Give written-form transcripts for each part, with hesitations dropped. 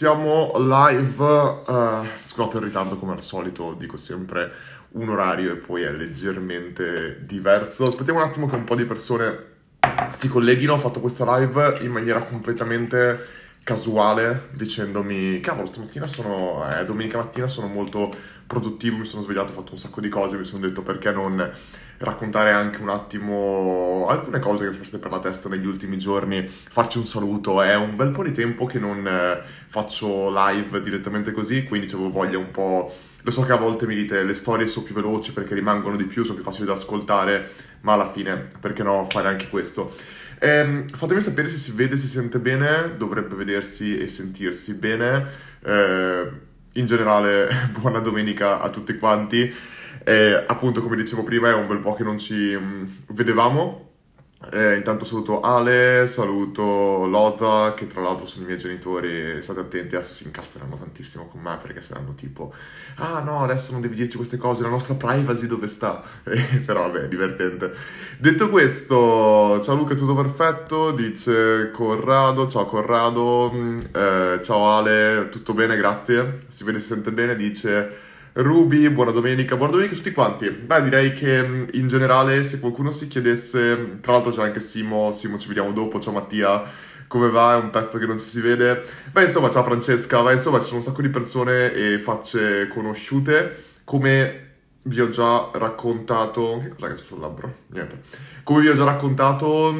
siamo live, scusate il ritardo come al solito, dico sempre un orario e poi è leggermente diverso. Aspettiamo un attimo che un po' di persone si colleghino. Ho fatto questa live in maniera completamente casuale, dicendomi, cavolo, stamattina è domenica mattina, sono molto produttivo, mi sono svegliato, ho fatto un sacco di cose, mi sono detto perché non raccontare anche un attimo alcune cose che mi sono state per la testa negli ultimi giorni, farci un saluto. È un bel po' di tempo che non faccio live direttamente così, quindi avevo voglia un po'. Lo so che a volte mi dite le storie sono più veloci perché rimangono di più, sono più facili da ascoltare, ma alla fine perché no fare anche questo. Fatemi sapere se si vede, si sente bene, dovrebbe vedersi e sentirsi bene. In generale, buona domenica a tutti quanti. Appunto, come dicevo prima, è un bel po' che non ci vedevamo. Intanto saluto Ale, saluto Loza, che tra l'altro sono i miei genitori. State attenti, adesso si incastreranno tantissimo con me perché saranno tipo: ah no, adesso non devi dirci queste cose, la nostra privacy dove sta? Però vabbè, divertente. Detto questo, ciao Luca, tutto perfetto, dice Corrado. Ciao Corrado. Ciao Ale, tutto bene, grazie, si vede, si sente bene, dice Ruby, buona domenica a tutti quanti. Beh, direi che in generale, se qualcuno si chiedesse, tra l'altro c'è anche Simo, ci vediamo dopo, ciao Mattia, come va? È un pezzo che non ci si vede. Beh, insomma, ciao Francesca, beh, insomma, ci sono un sacco di persone e facce conosciute, come vi ho già raccontato. Che cos'è che c'è sul labbro? Niente. Come vi ho già raccontato,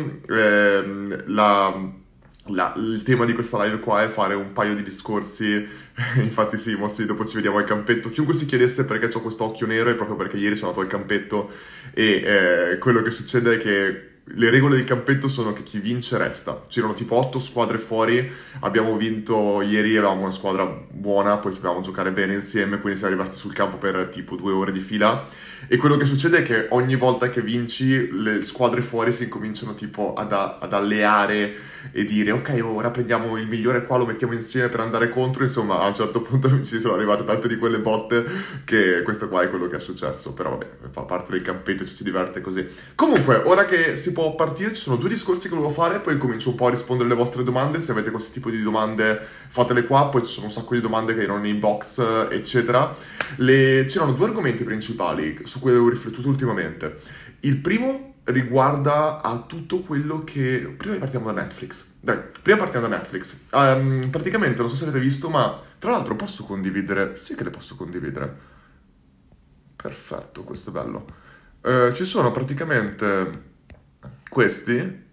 il tema di questa live qua è fare un paio di discorsi. Infatti sì, dopo ci vediamo al campetto. Chiunque si chiedesse perché ho questo occhio nero è proprio perché ieri sono andato al campetto e quello che succede è che le regole del campetto sono che chi vince resta. C'erano tipo 8 squadre fuori, abbiamo vinto ieri, avevamo una squadra buona, poi sapevamo giocare bene insieme, quindi siamo rimasti sul campo per tipo 2 ore di fila. E quello che succede è che ogni volta che vinci, le squadre fuori si incominciano tipo ad alleare e dire ok, ora prendiamo il migliore qua, lo mettiamo insieme per andare contro. Insomma, a un certo punto ci sono arrivate tante di quelle botte che questo qua è quello che è successo. Però vabbè, fa parte del campetto, ci si diverte così. Comunque, ora che si può partire, ci sono 2 discorsi che volevo fare, poi comincio un po' a rispondere alle vostre domande. Se avete questo tipo di domande fatele qua, poi ci sono un sacco di domande che erano nei box, eccetera. C'erano 2 argomenti principali su cui avevo riflettuto ultimamente. Il primo riguarda a tutto quello che... Prima partiamo da Netflix. Praticamente, non so se avete visto, ma tra l'altro posso condividere? Sì che le posso condividere. Perfetto, questo è bello. Ci sono praticamente questi.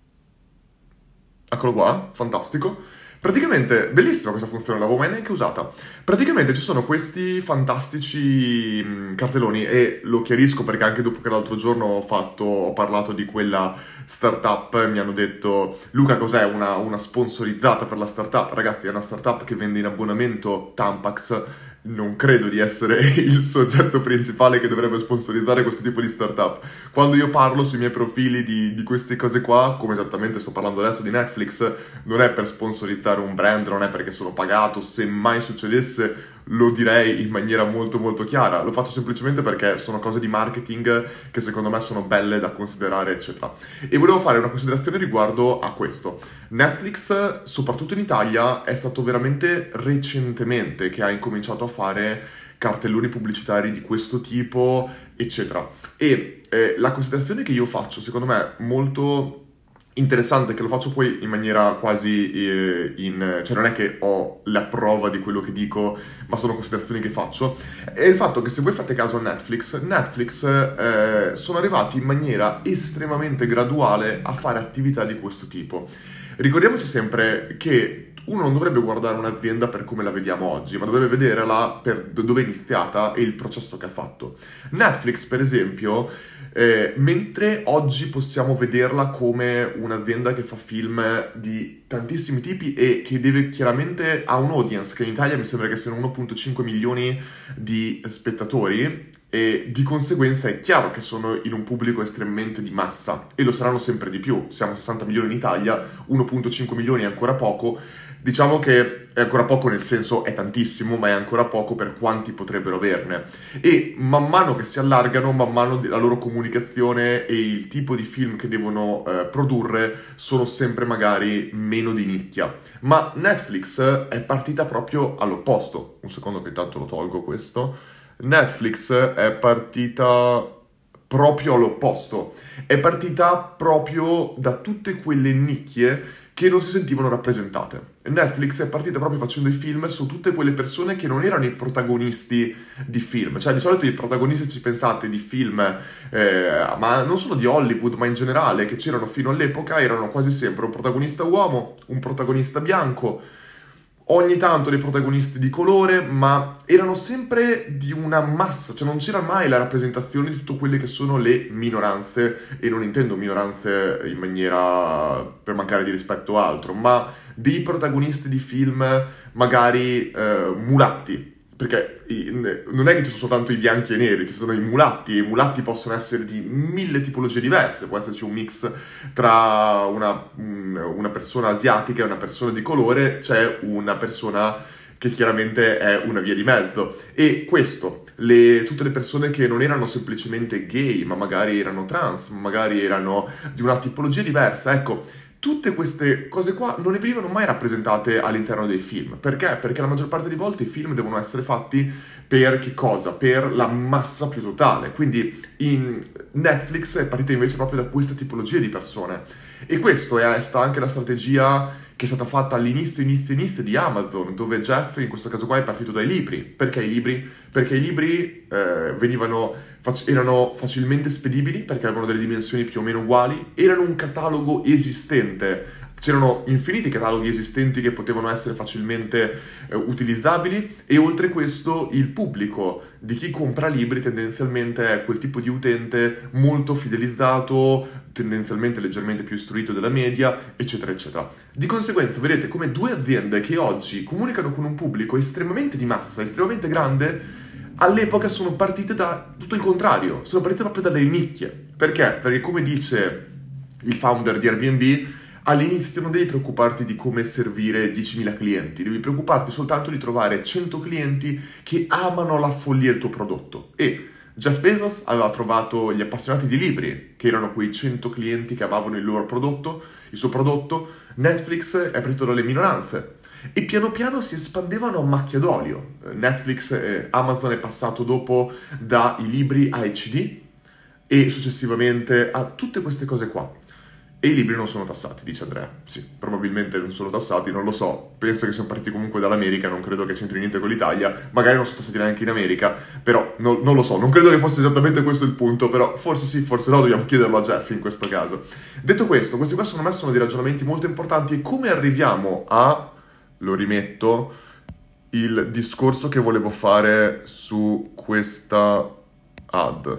Eccolo qua, fantastico. Praticamente, bellissima questa funzione, non l'avevo mai neanche usata. Praticamente ci sono questi fantastici cartelloni, e lo chiarisco perché anche dopo che l'altro giorno ho parlato di quella startup, mi hanno detto Luca, cos'è una sponsorizzata per la startup? Ragazzi, è una startup che vende in abbonamento Tampax. Non credo di essere il soggetto principale che dovrebbe sponsorizzare questo tipo di startup. Quando io parlo sui miei profili di queste cose qua, come esattamente sto parlando adesso di Netflix, non è per sponsorizzare un brand, non è perché sono pagato. Se mai succedesse lo direi in maniera molto molto chiara. Lo faccio semplicemente perché sono cose di marketing che secondo me sono belle da considerare, eccetera. E volevo fare una considerazione riguardo a questo. Netflix, soprattutto in Italia, è stato veramente recentemente che ha incominciato a fare cartelloni pubblicitari di questo tipo, eccetera. E la considerazione che io faccio, secondo me, molto interessante, che lo faccio poi in maniera quasi cioè non è che ho la prova di quello che dico, ma sono considerazioni che faccio, è il fatto che se voi fate caso a Netflix sono arrivati in maniera estremamente graduale a fare attività di questo tipo. Ricordiamoci sempre che uno non dovrebbe guardare un'azienda per come la vediamo oggi, ma dovrebbe vederla per dove è iniziata e il processo che ha fatto. Netflix, per esempio, mentre oggi possiamo vederla come un'azienda che fa film di tantissimi tipi e che deve chiaramente ha un audience, che in Italia mi sembra che siano 1,5 milioni di spettatori, e di conseguenza è chiaro che sono in un pubblico estremamente di massa, e lo saranno sempre di più. Siamo 60 milioni in Italia, 1,5 milioni è ancora poco. Diciamo che È ancora poco nel senso è tantissimo, ma è ancora poco per quanti potrebbero averne. E man mano che si allargano, man mano la loro comunicazione e il tipo di film che devono produrre sono sempre magari meno di nicchia. Ma Netflix è partita proprio all'opposto. Un secondo che intanto lo tolgo questo. Netflix è partita proprio all'opposto. È partita proprio da tutte quelle nicchie che non si sentivano rappresentate. Netflix è partita proprio facendo i film su tutte quelle persone che non erano i protagonisti di film. Cioè, di solito i protagonisti, ci pensate, di film, ma non solo di Hollywood, ma in generale, che c'erano fino all'epoca, erano quasi sempre un protagonista uomo, un protagonista bianco, ogni tanto dei protagonisti di colore, ma erano sempre di una massa, cioè non c'era mai la rappresentazione di tutte quelle che sono le minoranze, e non intendo minoranze in maniera per mancare di rispetto o altro, ma dei protagonisti di film magari mulatti. Perché non è che ci sono soltanto i bianchi e i neri, ci sono i mulatti, e i mulatti possono essere di 1000 tipologie diverse, può esserci un mix tra una persona asiatica e una persona di colore, c'è una persona che chiaramente è una via di mezzo. E questo, tutte le persone che non erano semplicemente gay, ma magari erano trans, ma magari erano di una tipologia diversa, ecco, tutte queste cose qua non ne venivano mai rappresentate all'interno dei film. Perché? Perché la maggior parte delle volte i film devono essere fatti per che cosa? Per la massa più totale. Quindi in Netflix è partita invece proprio da questa tipologia di persone. E questo è stata anche la strategia che è stata fatta all'inizio di Amazon, dove Jeff in questo caso qua è partito dai libri. Perché i libri? Perché i libri erano facilmente spedibili, perché avevano delle dimensioni più o meno uguali, erano un catalogo esistente. C'erano infiniti cataloghi esistenti che potevano essere facilmente utilizzabili, e oltre questo il pubblico di chi compra libri tendenzialmente è quel tipo di utente molto fidelizzato, tendenzialmente leggermente più istruito della media, eccetera, eccetera. Di conseguenza vedete come due aziende che oggi comunicano con un pubblico estremamente di massa, estremamente grande, all'epoca sono partite da tutto il contrario, sono partite proprio dalle nicchie. Perché? Perché come dice il founder di Airbnb, all'inizio non devi preoccuparti di come servire 10.000 clienti, devi preoccuparti soltanto di trovare 100 clienti che amano la follia il tuo prodotto. E Jeff Bezos aveva trovato gli appassionati di libri, che erano quei 100 clienti che amavano il loro prodotto, il suo prodotto. Netflix è partito dalle minoranze. E piano piano si espandevano a macchia d'olio. Netflix e Amazon è passato dopo dai libri ai CD e successivamente a tutte queste cose qua. E i libri non sono tassati, dice Andrea. Sì, probabilmente non sono tassati, non lo so. Penso che siano partiti comunque dall'America, non credo che c'entri niente con l'Italia. Magari non sono tassati neanche in America, però non lo so. Non credo che fosse esattamente questo il punto, però forse sì, forse no, dobbiamo chiederlo a Jeff in questo caso. Detto questo, questi qua secondo me sono dei ragionamenti molto importanti. E come arriviamo a... lo rimetto, il discorso che volevo fare su questa ad.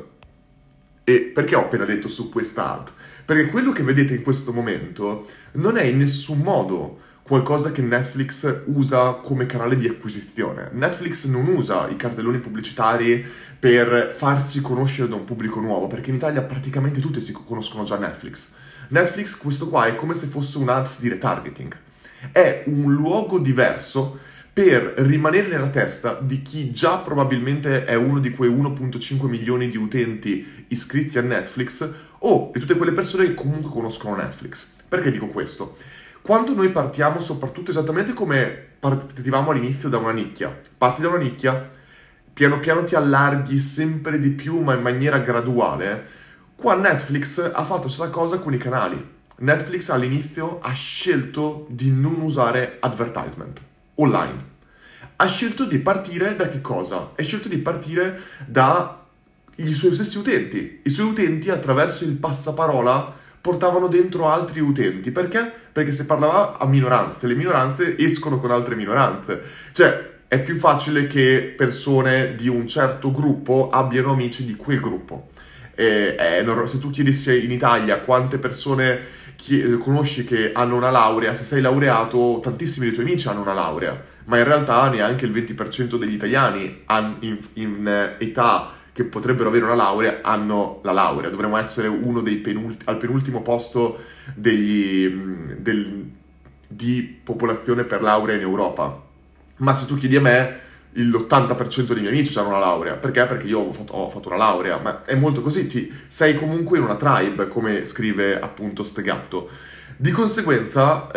E perché ho appena detto su questa ad? Perché quello che vedete in questo momento non è in nessun modo qualcosa che Netflix usa come canale di acquisizione. Netflix non usa i cartelloni pubblicitari per farsi conoscere da un pubblico nuovo, perché in Italia praticamente tutti si conoscono già Netflix. Netflix, questo qua, è come se fosse un ads di retargeting. È un luogo diverso per rimanere nella testa di chi già probabilmente è uno di quei 1,5 milioni di utenti iscritti a Netflix, o di tutte quelle persone che comunque conoscono Netflix. Perché dico questo? Quando noi partiamo, soprattutto esattamente come partivamo all'inizio da una nicchia, parti da una nicchia, piano piano ti allarghi sempre di più, ma in maniera graduale. Qua Netflix ha fatto la stessa cosa con i canali. Netflix all'inizio ha scelto di non usare advertisement online. Ha scelto di partire da che cosa? Ha scelto di partire dai suoi stessi utenti. I suoi utenti, attraverso il passaparola, portavano dentro altri utenti. Perché? Perché se parlava a minoranze, le minoranze escono con altre minoranze. Cioè, è più facile che persone di un certo gruppo abbiano amici di quel gruppo. Se tu chiedessi in Italia quante persone conosci che hanno una laurea, se sei laureato, tantissimi dei tuoi amici hanno una laurea, ma in realtà neanche il 20% degli italiani in età che potrebbero avere una laurea hanno la laurea. Dovremmo essere uno dei al penultimo posto di popolazione per laurea in Europa. Ma se tu chiedi a me, l'80% dei miei amici hanno una laurea. Perché? Perché io ho fatto una laurea, ma è molto così, sei comunque in una tribe, come scrive appunto Stegatto. Di conseguenza,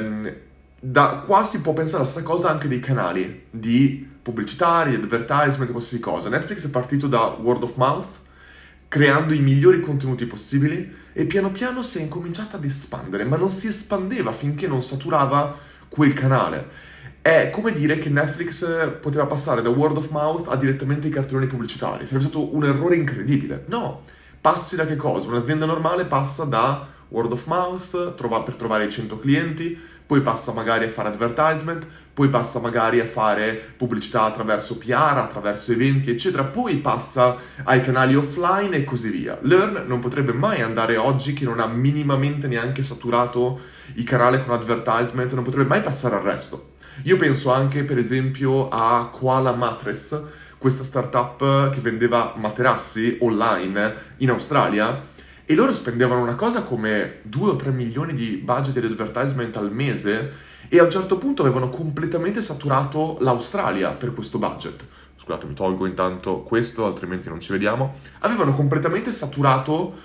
da qua si può pensare la stessa cosa anche dei canali di pubblicitari, advertisement, qualsiasi cosa. Netflix è partito da word of mouth, creando i migliori contenuti possibili, e piano piano si è incominciata ad espandere, ma non si espandeva finché non saturava quel canale. È come dire che Netflix poteva passare da word of mouth a direttamente i cartelloni pubblicitari. Sarebbe stato un errore incredibile. No, passi da che cosa? Un'azienda normale passa da word of mouth per trovare i 100 clienti, poi passa magari a fare advertisement, poi passa magari a fare pubblicità attraverso PR, attraverso eventi, eccetera, poi passa ai canali offline e così via. Learn non potrebbe mai andare oggi, che non ha minimamente neanche saturato il canale con advertisement, non potrebbe mai passare al resto. Io penso anche, per esempio, a Koala Mattress, questa startup che vendeva materassi online in Australia, e loro spendevano una cosa come 2 o 3 milioni di budget di advertisement al mese, e a un certo punto avevano completamente saturato l'Australia per questo budget. Scusate, mi tolgo intanto questo, altrimenti non ci vediamo. Avevano completamente saturato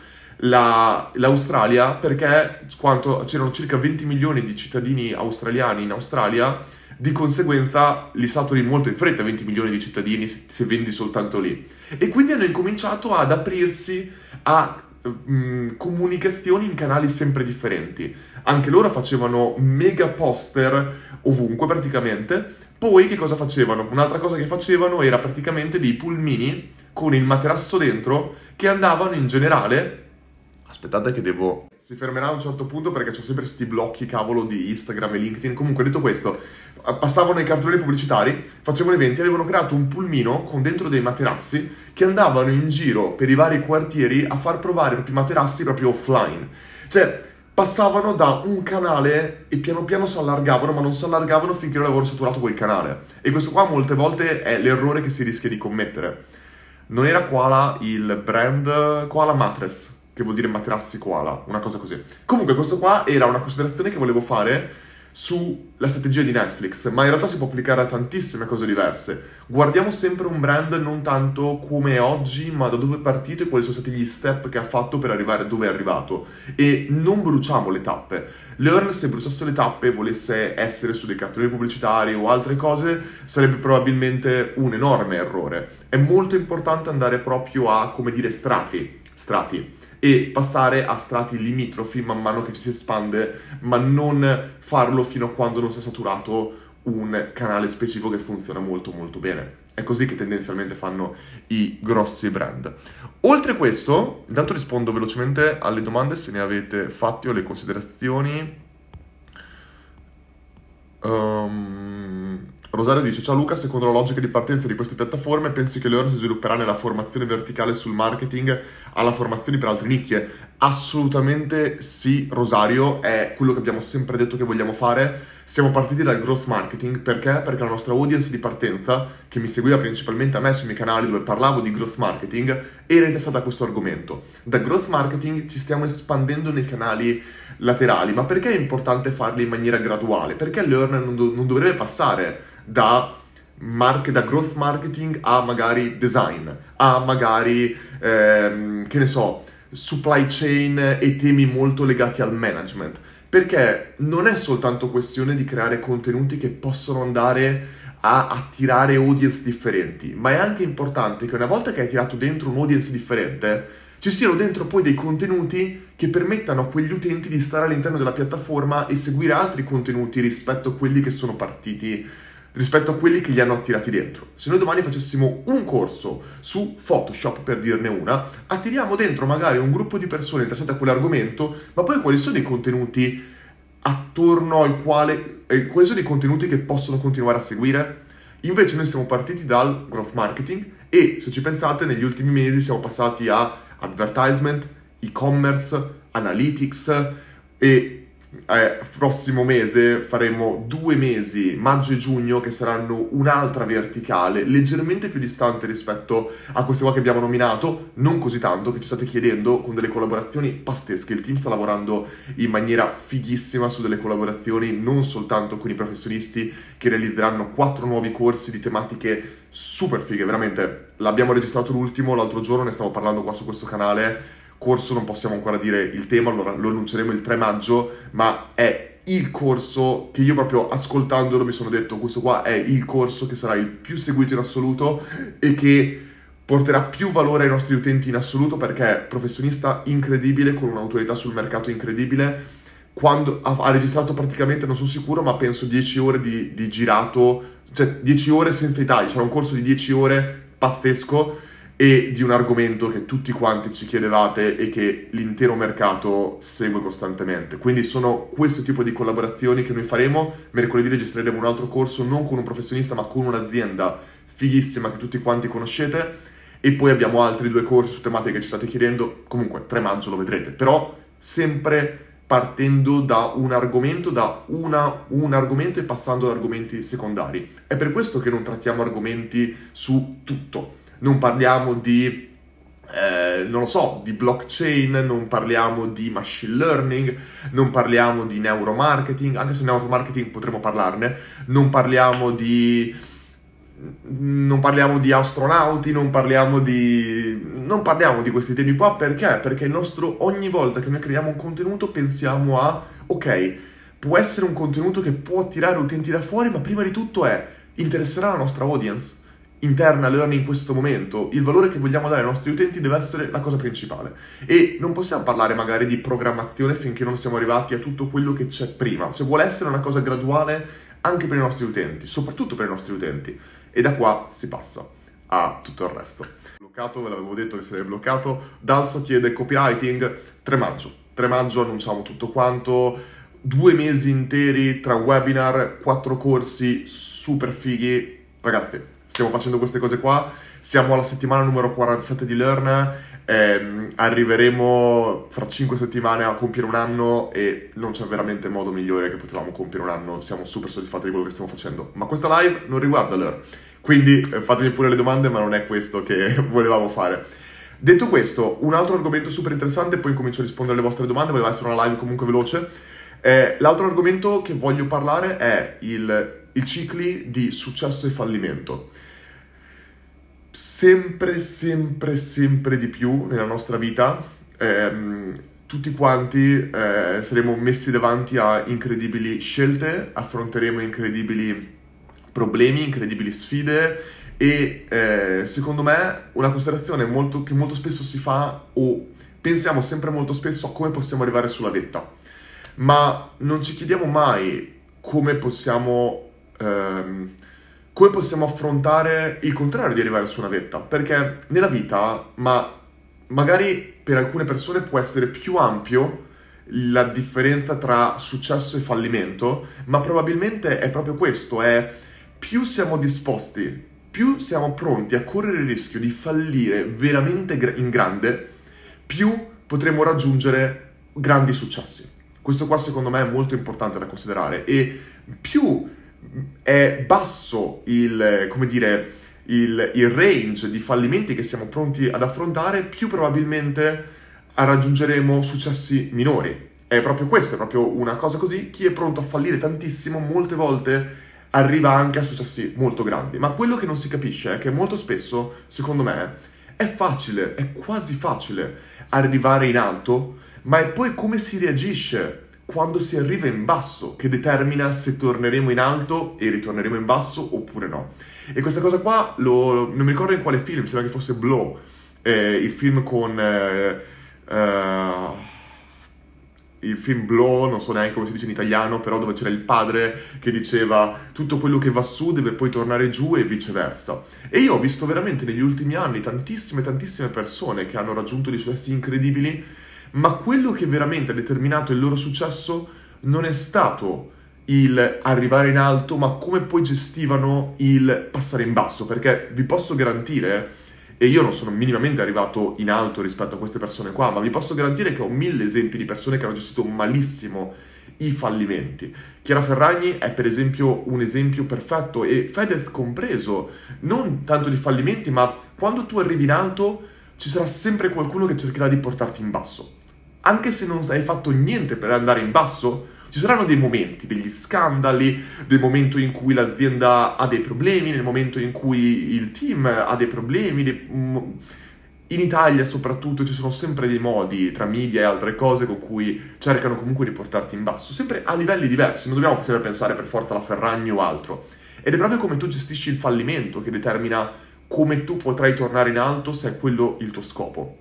l'Australia, perché c'erano circa 20 milioni di cittadini australiani in Australia. Di conseguenza li saturi molto in fretta 20 milioni di cittadini se vendi soltanto lì. E quindi hanno incominciato ad aprirsi a comunicazioni in canali sempre differenti. Anche loro facevano mega poster ovunque praticamente. Poi che cosa facevano? Un'altra cosa che facevano era praticamente dei pulmini con il materasso dentro, che andavano in generale... Aspettate che si fermerà a un certo punto perché c'ho sempre sti blocchi cavolo di Instagram e LinkedIn. Comunque, detto questo, passavano ai cartelloni pubblicitari, facevano eventi, avevano creato un pulmino con dentro dei materassi che andavano in giro per i vari quartieri a far provare i propri materassi proprio offline. Cioè, passavano da un canale e piano piano si allargavano, ma non si allargavano finché non avevano saturato quel canale. E questo qua molte volte è l'errore che si rischia di commettere. Non era Koala il brand, Koala Mattress, che vuol dire materassi koala, una cosa così. Comunque questo qua era una considerazione che volevo fare sulla strategia di Netflix, ma in realtà si può applicare a tantissime cose diverse. Guardiamo sempre un brand non tanto come è oggi, ma da dove è partito e quali sono stati gli step che ha fatto per arrivare dove è arrivato. E non bruciamo le tappe. Learn, se bruciasse le tappe e volesse essere su dei cartelloni pubblicitari o altre cose, sarebbe probabilmente un enorme errore. È molto importante andare proprio a, come dire, strati, e passare a strati limitrofi man mano che ci si espande, ma non farlo fino a quando non si è saturato un canale specifico che funziona molto molto bene. È così che tendenzialmente fanno i grossi brand. Oltre questo, intanto rispondo velocemente alle domande se ne avete fatti o le considerazioni. Rosario dice: ciao Luca, secondo la logica di partenza di queste piattaforme pensi che Learn si svilupperà nella formazione verticale sul marketing alla formazione per altre nicchie? Assolutamente sì, Rosario, è quello che abbiamo sempre detto che vogliamo fare. Siamo partiti dal growth marketing. Perché? Perché la nostra audience di partenza, che mi seguiva principalmente a me sui miei canali dove parlavo di growth marketing, era interessata a questo argomento. Da growth marketing ci stiamo espandendo nei canali laterali. Ma perché è importante farli in maniera graduale? Perché Learn non dovrebbe passare da growth marketing a magari design, a magari, che ne so, supply chain e temi molto legati al management. Perché non è soltanto questione di creare contenuti che possono andare a attirare audience differenti, ma è anche importante che una volta che hai tirato dentro un audience differente, ci siano dentro poi dei contenuti che permettano a quegli utenti di stare all'interno della piattaforma e seguire altri contenuti rispetto a quelli che sono partiti, rispetto a quelli che li hanno attirati dentro. Se noi domani facessimo un corso su Photoshop, per dirne una, attiriamo dentro magari un gruppo di persone interessate a quell'argomento, ma poi quali sono i contenuti attorno al quale, quali sono i contenuti che possono continuare a seguire? Invece noi siamo partiti dal growth marketing e, se ci pensate, negli ultimi mesi siamo passati a advertisement, e-commerce, analytics, e prossimo mese faremo 2 mesi, maggio e giugno, che saranno un'altra verticale, leggermente più distante rispetto a queste qua che abbiamo nominato, non così tanto, che ci state chiedendo, con delle collaborazioni pazzesche. Il team sta lavorando in maniera fighissima su delle collaborazioni, non soltanto con i professionisti, che realizzeranno 4 nuovi corsi di tematiche super fighe, veramente. L'abbiamo registrato l'ultimo l'altro giorno, ne stiamo parlando qua su questo canale. Corso non possiamo ancora dire il tema, lo annunceremo il 3 maggio, ma è il corso che io proprio ascoltandolo mi sono detto: questo qua è il corso che sarà il più seguito in assoluto e che porterà più valore ai nostri utenti in assoluto, perché è professionista incredibile, con un'autorità sul mercato incredibile. Quando ha registrato praticamente, non sono sicuro, ma penso 10 ore di girato, cioè 10 ore senza i tagli, sarà un corso di 10 ore pazzesco, e di un argomento che tutti quanti ci chiedevate e che l'intero mercato segue costantemente. Quindi sono questo tipo di collaborazioni che noi faremo. Mercoledì registreremo un altro corso, non con un professionista ma con un'azienda fighissima che tutti quanti conoscete, e poi abbiamo altri 2 corsi su tematiche che ci state chiedendo. Comunque 3 maggio lo vedrete, però sempre partendo da un argomento, un argomento e passando ad argomenti secondari. È per questo che non trattiamo argomenti su tutto. Non parliamo di, non lo so, di blockchain, non parliamo di machine learning, non parliamo di neuromarketing, anche se neuromarketing potremmo parlarne, non parliamo di astronauti, non parliamo di questi temi qua. Perché? Perché ogni volta che noi creiamo un contenuto pensiamo a, ok, può essere un contenuto che può attirare utenti da fuori, ma prima di tutto interesserà la nostra audience interna, learning in questo momento. Il valore che vogliamo dare ai nostri utenti deve essere la cosa principale, e non possiamo parlare magari di programmazione finché non siamo arrivati a tutto quello che c'è prima. Cioè vuole essere una cosa graduale anche per i nostri utenti, soprattutto per i nostri utenti, e da qua si passa a tutto il resto. Bloccato, ve l'avevo detto che sarebbe bloccato. Dalso chiede copywriting. 3 maggio annunciamo tutto quanto, 2 mesi interi tra webinar, 4 corsi super fighi. Ragazzi, stiamo facendo queste cose qua, siamo alla settimana numero 47 di Learn, arriveremo fra 5 settimane a compiere un anno, e non c'è veramente modo migliore che potevamo compiere un anno. Siamo super soddisfatti di quello che stiamo facendo, ma questa live non riguarda Learn, quindi fatemi pure le domande, ma non è questo che volevamo fare. Detto questo, un altro argomento super interessante, poi comincio a rispondere alle vostre domande, voleva essere una live comunque veloce. L'altro argomento che voglio parlare è i cicli di successo e fallimento. Sempre di più nella nostra vita, tutti quanti saremo messi davanti a incredibili scelte, affronteremo incredibili problemi, incredibili sfide, e secondo me una considerazione che molto spesso si fa, o pensiamo sempre molto spesso a come possiamo arrivare sulla vetta, ma non ci chiediamo mai come possiamo affrontare il contrario di arrivare su una vetta, perché nella vita, ma magari per alcune persone può essere più ampio la differenza tra successo e fallimento, ma probabilmente è proprio questo, è più siamo disposti, più siamo pronti a correre il rischio di fallire veramente in grande, più potremo raggiungere grandi successi. Questo qua secondo me è molto importante da considerare, e più è basso il range di fallimenti che siamo pronti ad affrontare, più probabilmente raggiungeremo successi minori. È proprio questo, è proprio una cosa così. Chi è pronto a fallire tantissimo molte volte arriva anche a successi molto grandi, ma quello che non si capisce è che molto spesso, secondo me, è facile, è quasi facile arrivare in alto, ma è poi come si reagisce quando si arriva in basso che determina se torneremo in alto e ritorneremo in basso oppure no. E questa cosa qua, non mi ricordo in quale film, sembra che fosse Blow, il film con... il film Blow, non so neanche come si dice in italiano, però dove c'era il padre che diceva tutto quello che va su deve poi tornare giù e viceversa. E io ho visto veramente negli ultimi anni tantissime persone che hanno raggiunto dei successi incredibili, ma quello che veramente ha determinato il loro successo non è stato il arrivare in alto, ma come poi gestivano il passare in basso, perché vi posso garantire, e io non sono minimamente arrivato in alto rispetto a queste persone qua, ma vi posso garantire che ho 1000 esempi di persone che hanno gestito malissimo i fallimenti. Chiara Ferragni è per esempio un esempio perfetto, e Fedez compreso, non tanto di fallimenti, ma quando tu arrivi in alto ci sarà sempre qualcuno che cercherà di portarti in basso. Anche se non hai fatto niente per andare in basso, ci saranno dei momenti, degli scandali, del momento in cui l'azienda ha dei problemi, nel momento in cui il team ha dei problemi. In Italia soprattutto ci sono sempre dei modi, tra media e altre cose, con cui cercano comunque di portarti in basso, sempre a livelli diversi, non dobbiamo sempre pensare per forza alla Ferragni o altro. Ed è proprio come tu gestisci il fallimento che determina come tu potrai tornare in alto, se è quello il tuo scopo.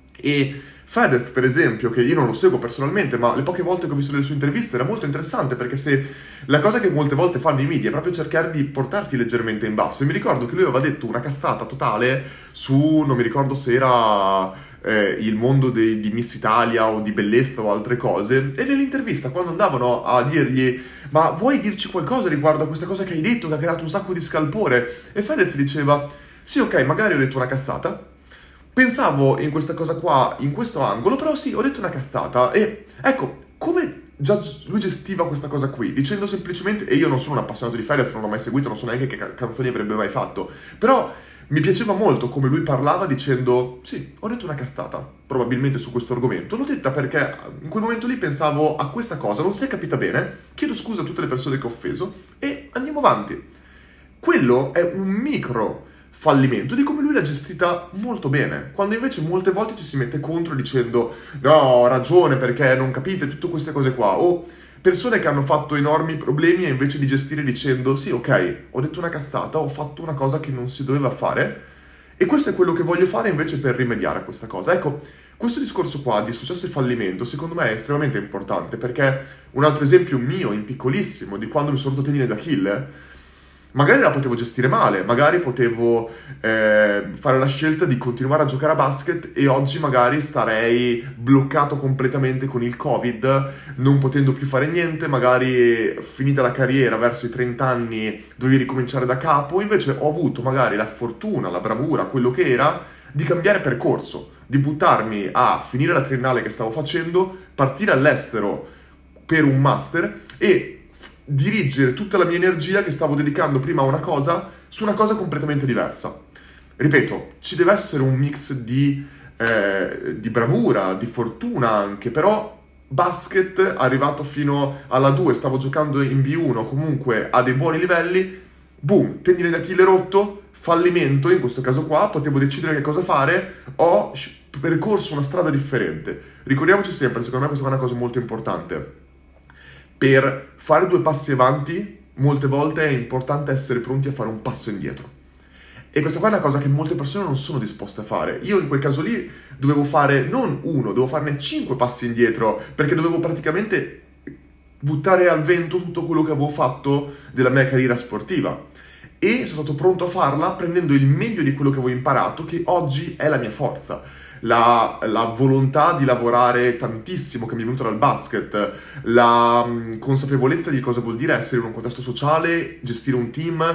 E Fedez, per esempio, che io non lo seguo personalmente, ma le poche volte che ho visto le sue interviste era molto interessante, perché se la cosa che molte volte fanno i media è proprio cercare di portarti leggermente in basso. E mi ricordo che lui aveva detto una cazzata totale su, non mi ricordo se era il mondo di Miss Italia o di bellezza o altre cose, e nell'intervista quando andavano a dirgli ma vuoi dirci qualcosa riguardo a questa cosa che hai detto che ha creato un sacco di scalpore? E Fedez diceva sì, ok, magari ho detto una cazzata, pensavo in questa cosa qua, in questo angolo, però sì, ho detto una cazzata. E ecco, come già lui gestiva questa cosa qui, dicendo semplicemente, e io non sono un appassionato di Fedez, non l'ho mai seguito, non so neanche che canzoni avrebbe mai fatto, però mi piaceva molto come lui parlava dicendo, sì, ho detto una cazzata, probabilmente su questo argomento, l'ho detta perché in quel momento lì pensavo a questa cosa, non si è capita bene, chiedo scusa a tutte le persone che ho offeso e andiamo avanti. Quello è un micro fallimento di come lui l'ha gestita molto bene, quando invece molte volte ci si mette contro dicendo no, ho ragione perché non capite tutte queste cose qua, o persone che hanno fatto enormi problemi e invece di gestire dicendo sì, ok, ho detto una cazzata, ho fatto una cosa che non si doveva fare e questo è quello che voglio fare invece per rimediare a questa cosa. Ecco, questo discorso qua di successo e fallimento secondo me è estremamente importante, perché un altro esempio mio, in piccolissimo, di quando mi sono rotto tendine d'Achille, magari la potevo gestire male, magari potevo fare la scelta di continuare a giocare a basket e oggi magari starei bloccato completamente con il Covid, non potendo più fare niente, magari finita la carriera verso i 30 anni dovevi ricominciare da capo, invece ho avuto magari la fortuna, la bravura, quello che era, di cambiare percorso, di buttarmi a finire la triennale che stavo facendo, partire all'estero per un master e dirigere tutta la mia energia che stavo dedicando prima a una cosa su una cosa completamente diversa. Ripeto, ci deve essere un mix di bravura, di fortuna anche, però basket, arrivato fino alla 2, stavo giocando in B1, comunque a dei buoni livelli, boom, tendine d'Achille rotto, fallimento, in questo caso qua, potevo decidere che cosa fare, ho percorso una strada differente. Ricordiamoci sempre, secondo me questa è una cosa molto importante. Per fare 2 passi avanti, molte volte è importante essere pronti a fare un passo indietro. E questa qua è una cosa che molte persone non sono disposte a fare. Io in quel caso lì dovevo fare non 1, dovevo farne 5 passi indietro, perché dovevo praticamente buttare al vento tutto quello che avevo fatto della mia carriera sportiva. E sono stato pronto a farla prendendo il meglio di quello che avevo imparato, che oggi è la mia forza. La volontà di lavorare tantissimo che mi è venuta dal basket, la consapevolezza di cosa vuol dire essere in un contesto sociale, gestire un team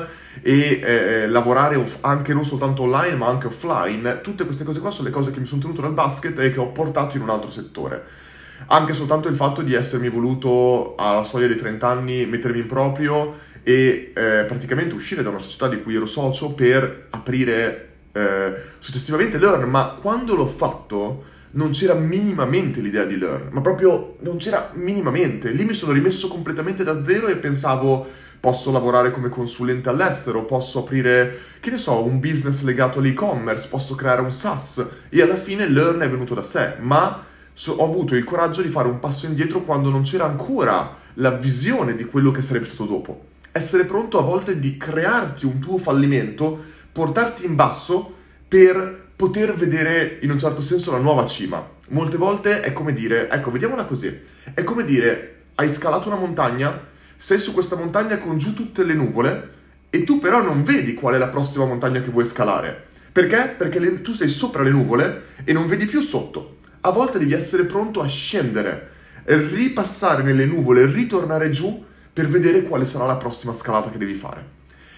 e lavorare anche non soltanto online ma anche offline. Tutte queste cose qua sono le cose che mi sono tenuto dal basket e che ho portato in un altro settore. Anche soltanto il fatto di essermi voluto alla soglia dei 30 anni mettermi in proprio e praticamente uscire da una società di cui ero socio per aprire successivamente Learn, ma quando l'ho fatto non c'era minimamente l'idea di Learn, ma proprio non c'era minimamente. Lì mi sono rimesso completamente da zero e pensavo posso lavorare come consulente all'estero, posso aprire, che ne so, un business legato all'e-commerce, posso creare un SaaS, e alla fine Learn è venuto da sé, ma ho avuto il coraggio di fare un passo indietro quando non c'era ancora la visione di quello che sarebbe stato dopo. Essere pronto a volte di crearti un tuo fallimento, portarti in basso per poter vedere in un certo senso la nuova cima. Molte volte è come dire, ecco, vediamola così, è come dire, hai scalato una montagna, sei su questa montagna con giù tutte le nuvole e tu però non vedi qual è la prossima montagna che vuoi scalare. Perché? Perché tu sei sopra le nuvole e non vedi più sotto. A volte devi essere pronto a scendere, ripassare nelle nuvole, ritornare giù per vedere quale sarà la prossima scalata che devi fare.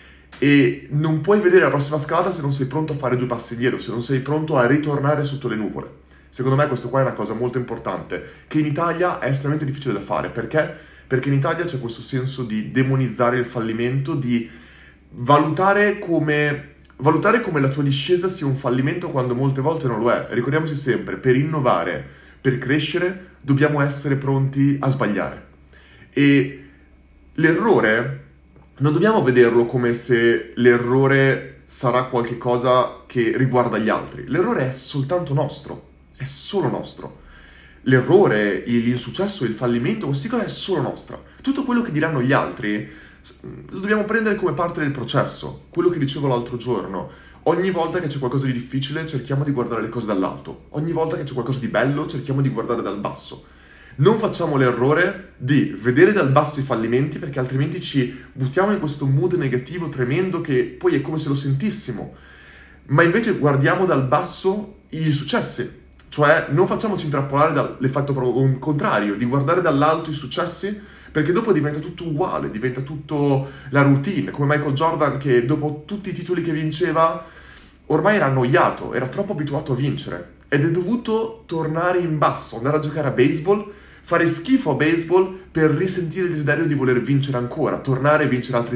E non puoi vedere la prossima scalata se non sei pronto a fare 2 passi indietro, se non sei pronto a ritornare sotto le nuvole. Secondo me questo qua è una cosa molto importante, che in Italia è estremamente difficile da fare, perché perché in Italia c'è questo senso di demonizzare il fallimento, di valutare come la tua discesa sia un fallimento quando molte volte non lo è. Ricordiamoci sempre, per innovare, per crescere, dobbiamo essere pronti a sbagliare. E l'errore non dobbiamo vederlo come se l'errore sarà qualche cosa che riguarda gli altri. L'errore è soltanto nostro, è solo nostro. L'errore, l'insuccesso, il fallimento, questa cosa è solo nostra. Tutto quello che diranno gli altri lo dobbiamo prendere come parte del processo. Quello che dicevo l'altro giorno. Ogni volta che c'è qualcosa di difficile cerchiamo di guardare le cose dall'alto. Ogni volta che c'è qualcosa di bello cerchiamo di guardare dal basso. Non facciamo l'errore di vedere dal basso i fallimenti, perché altrimenti ci buttiamo in questo mood negativo tremendo che poi è come se lo sentissimo. Ma invece guardiamo dal basso i successi. Cioè non facciamoci intrappolare dall'effetto contrario, di guardare dall'alto i successi, perché dopo diventa tutto uguale, diventa tutto la routine, come Michael Jordan che dopo tutti i titoli che vinceva ormai era annoiato, era troppo abituato a vincere ed è dovuto tornare in basso, andare a giocare a baseball, fare schifo a baseball per risentire il desiderio di voler vincere ancora, tornare e vincere altri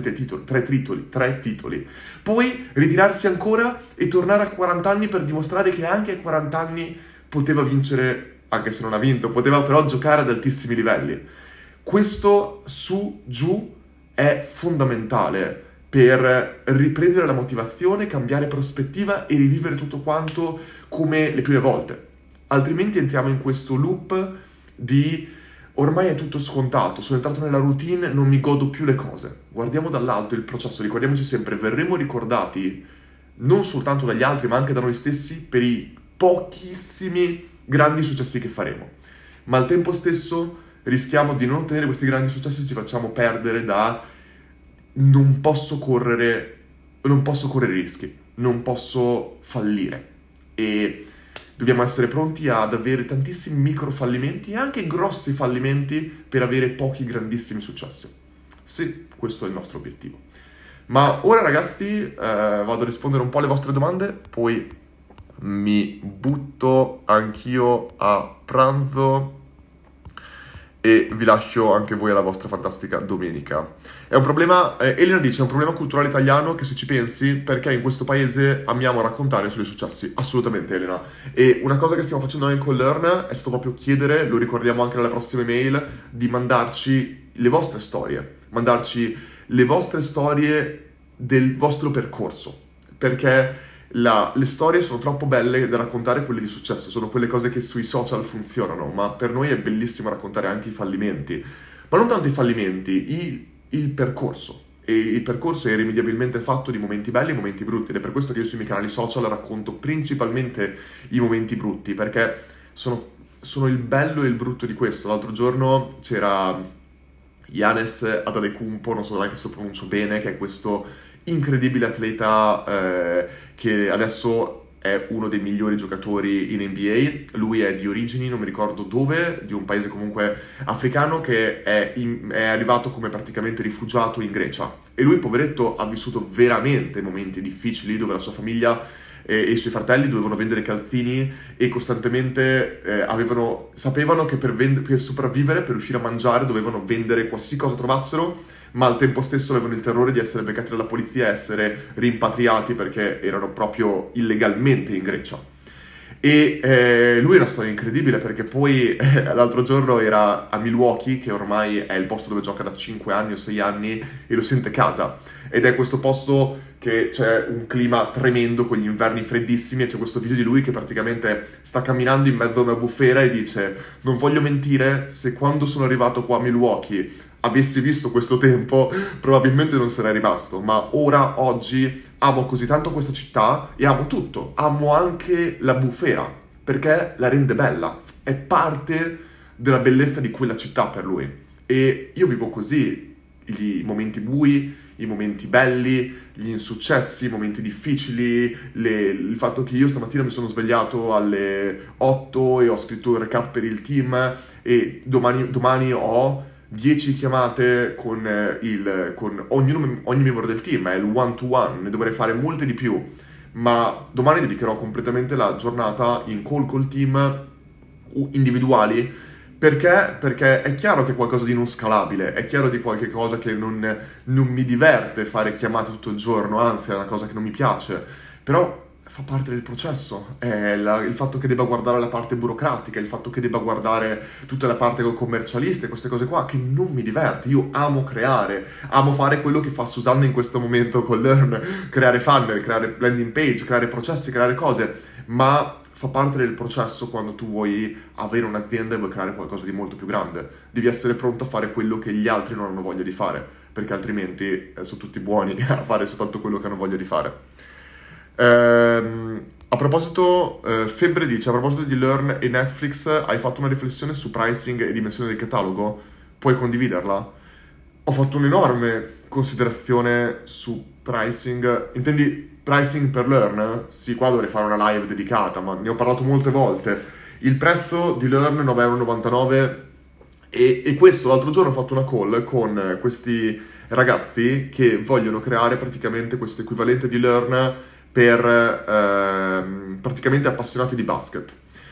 tre titoli, poi ritirarsi ancora e tornare a 40 anni per dimostrare che anche a 40 anni poteva vincere, anche se non ha vinto, poteva però giocare ad altissimi livelli. Questo su, giù è fondamentale per riprendere la motivazione, cambiare prospettiva e rivivere tutto quanto come le prime volte. Altrimenti entriamo in questo loop di ormai è tutto scontato, sono entrato nella routine, non mi godo più le cose. Guardiamo dall'alto il processo, ricordiamoci sempre, verremo ricordati non soltanto dagli altri ma anche da noi stessi per i pochissimi grandi successi che faremo. Ma al tempo stesso rischiamo di non ottenere questi grandi successi e ci facciamo perdere da non posso correre rischi, non posso fallire. E dobbiamo essere pronti ad avere tantissimi micro fallimenti e anche grossi fallimenti per avere pochi grandissimi successi. Sì, questo è il nostro obiettivo. Ma ora ragazzi vado a rispondere un po' alle vostre domande, poi mi butto anch'io a pranzo e vi lascio anche voi alla vostra fantastica domenica. È un problema, Elena dice, è un problema culturale italiano che se ci pensi, perché in questo paese amiamo raccontare sui successi. Assolutamente Elena. E una cosa che stiamo facendo noi con Learn è stato proprio chiedere, lo ricordiamo anche nelle prossime mail, di mandarci le vostre storie, mandarci le vostre storie del vostro percorso, perché le storie sono troppo belle da raccontare, quelle di successo, sono quelle cose che sui social funzionano, ma per noi è bellissimo raccontare anche i fallimenti, ma non tanto i fallimenti, il percorso. E il percorso è irrimediabilmente fatto di momenti belli e momenti brutti, ed è per questo che io sui miei canali social racconto principalmente i momenti brutti, perché sono il bello e il brutto di questo. L'altro giorno c'era Giannis Antetokounmpo, non so neanche se lo pronuncio bene, che è questo incredibile atleta che adesso è uno dei migliori giocatori in NBA. Lui è di origini, non mi ricordo dove, di un paese comunque africano, che è arrivato come praticamente rifugiato in Grecia. E lui, poveretto, ha vissuto veramente momenti difficili dove la sua famiglia e i suoi fratelli dovevano vendere calzini e costantemente sapevano che per sopravvivere, per riuscire a mangiare, dovevano vendere qualsiasi cosa trovassero, ma al tempo stesso avevano il terrore di essere beccati dalla polizia e essere rimpatriati perché erano proprio illegalmente in Grecia. E lui è una storia incredibile, perché poi l'altro giorno era a Milwaukee, che ormai è il posto dove gioca da 5 anni o 6 anni, e lo sente casa. Ed è questo posto che c'è un clima tremendo con gli inverni freddissimi, e c'è questo video di lui che praticamente sta camminando in mezzo a una bufera e dice: non voglio mentire, se quando sono arrivato qua a Milwaukee avessi visto questo tempo, probabilmente non sarei rimasto, ma oggi, amo così tanto questa città e amo tutto, amo anche la bufera, perché la rende bella, è parte della bellezza di quella città per lui. E io vivo così, i momenti bui, i momenti belli, gli insuccessi, i momenti difficili, il fatto che io stamattina mi sono svegliato alle 8 e ho scritto il recap per il team, e domani ho 10 chiamate con ogni membro del team, è il one to one, ne dovrei fare molte di più, ma domani dedicherò completamente la giornata in call col team individuali Perché? Perché è chiaro che è qualcosa di non scalabile, è chiaro di qualche cosa che non mi diverte fare chiamate tutto il giorno, anzi è una cosa che non mi piace, però fa parte del processo, è il fatto che debba guardare la parte burocratica, il fatto che debba guardare tutta la parte commercialista e queste cose qua che non mi diverte. Io amo creare, amo fare quello che fa Susanna in questo momento con Learn, creare funnel, creare landing page, creare processi, creare cose, ma fa parte del processo quando tu vuoi avere un'azienda e vuoi creare qualcosa di molto più grande. Devi essere pronto a fare quello che gli altri non hanno voglia di fare, perché altrimenti sono tutti buoni a fare soltanto quello che hanno voglia di fare. A proposito, Febbre dice, a proposito di Learn e Netflix, hai fatto una riflessione su pricing e dimensione del catalogo? Puoi condividerla? Ho fatto un'enorme considerazione su pricing. Intendi pricing per Learn? Sì, qua dovrei fare una live dedicata, ma ne ho parlato molte volte. Il prezzo di Learn è 9,99 € e questo l'altro giorno ho fatto una call con questi ragazzi che vogliono creare praticamente questo equivalente di Learn per praticamente appassionati di basket.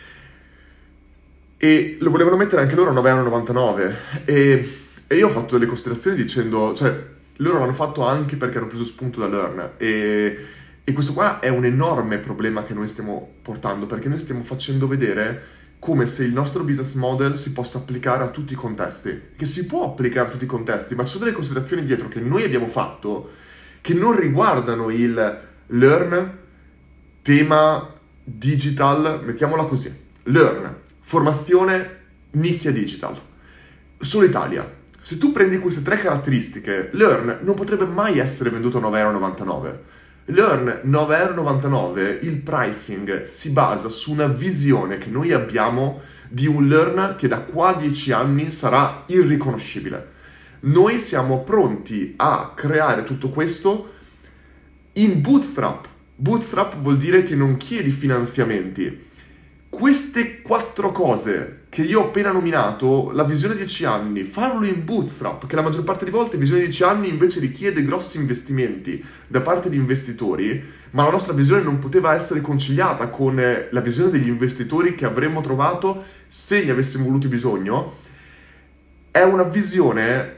E lo volevano mettere anche loro a 9,99 € e io ho fatto delle considerazioni dicendo, cioè, loro l'hanno fatto anche perché hanno preso spunto da Learn e questo qua è un enorme problema che noi stiamo portando, perché noi stiamo facendo vedere come se il nostro business model si possa applicare a tutti i contesti, che si può applicare a tutti i contesti, ma ci sono delle considerazioni dietro che noi abbiamo fatto che non riguardano il Learn, tema digital, mettiamola così, Learn, formazione, nicchia digital, solo Italia. Se tu prendi queste tre caratteristiche, Learn non potrebbe mai essere venduto a 9,99 €. Learn 9,99 €, il pricing si basa su una visione che noi abbiamo di un Learn che da qua a 10 anni sarà irriconoscibile. Noi siamo pronti a creare tutto questo in bootstrap. Bootstrap vuol dire che non chiedi finanziamenti. Queste 4 cose che io ho appena nominato, la visione 10 anni, farlo in bootstrap, che la maggior parte delle volte visione 10 anni invece richiede grossi investimenti da parte di investitori, ma la nostra visione non poteva essere conciliata con la visione degli investitori che avremmo trovato se ne avessimo voluto bisogno, è una visione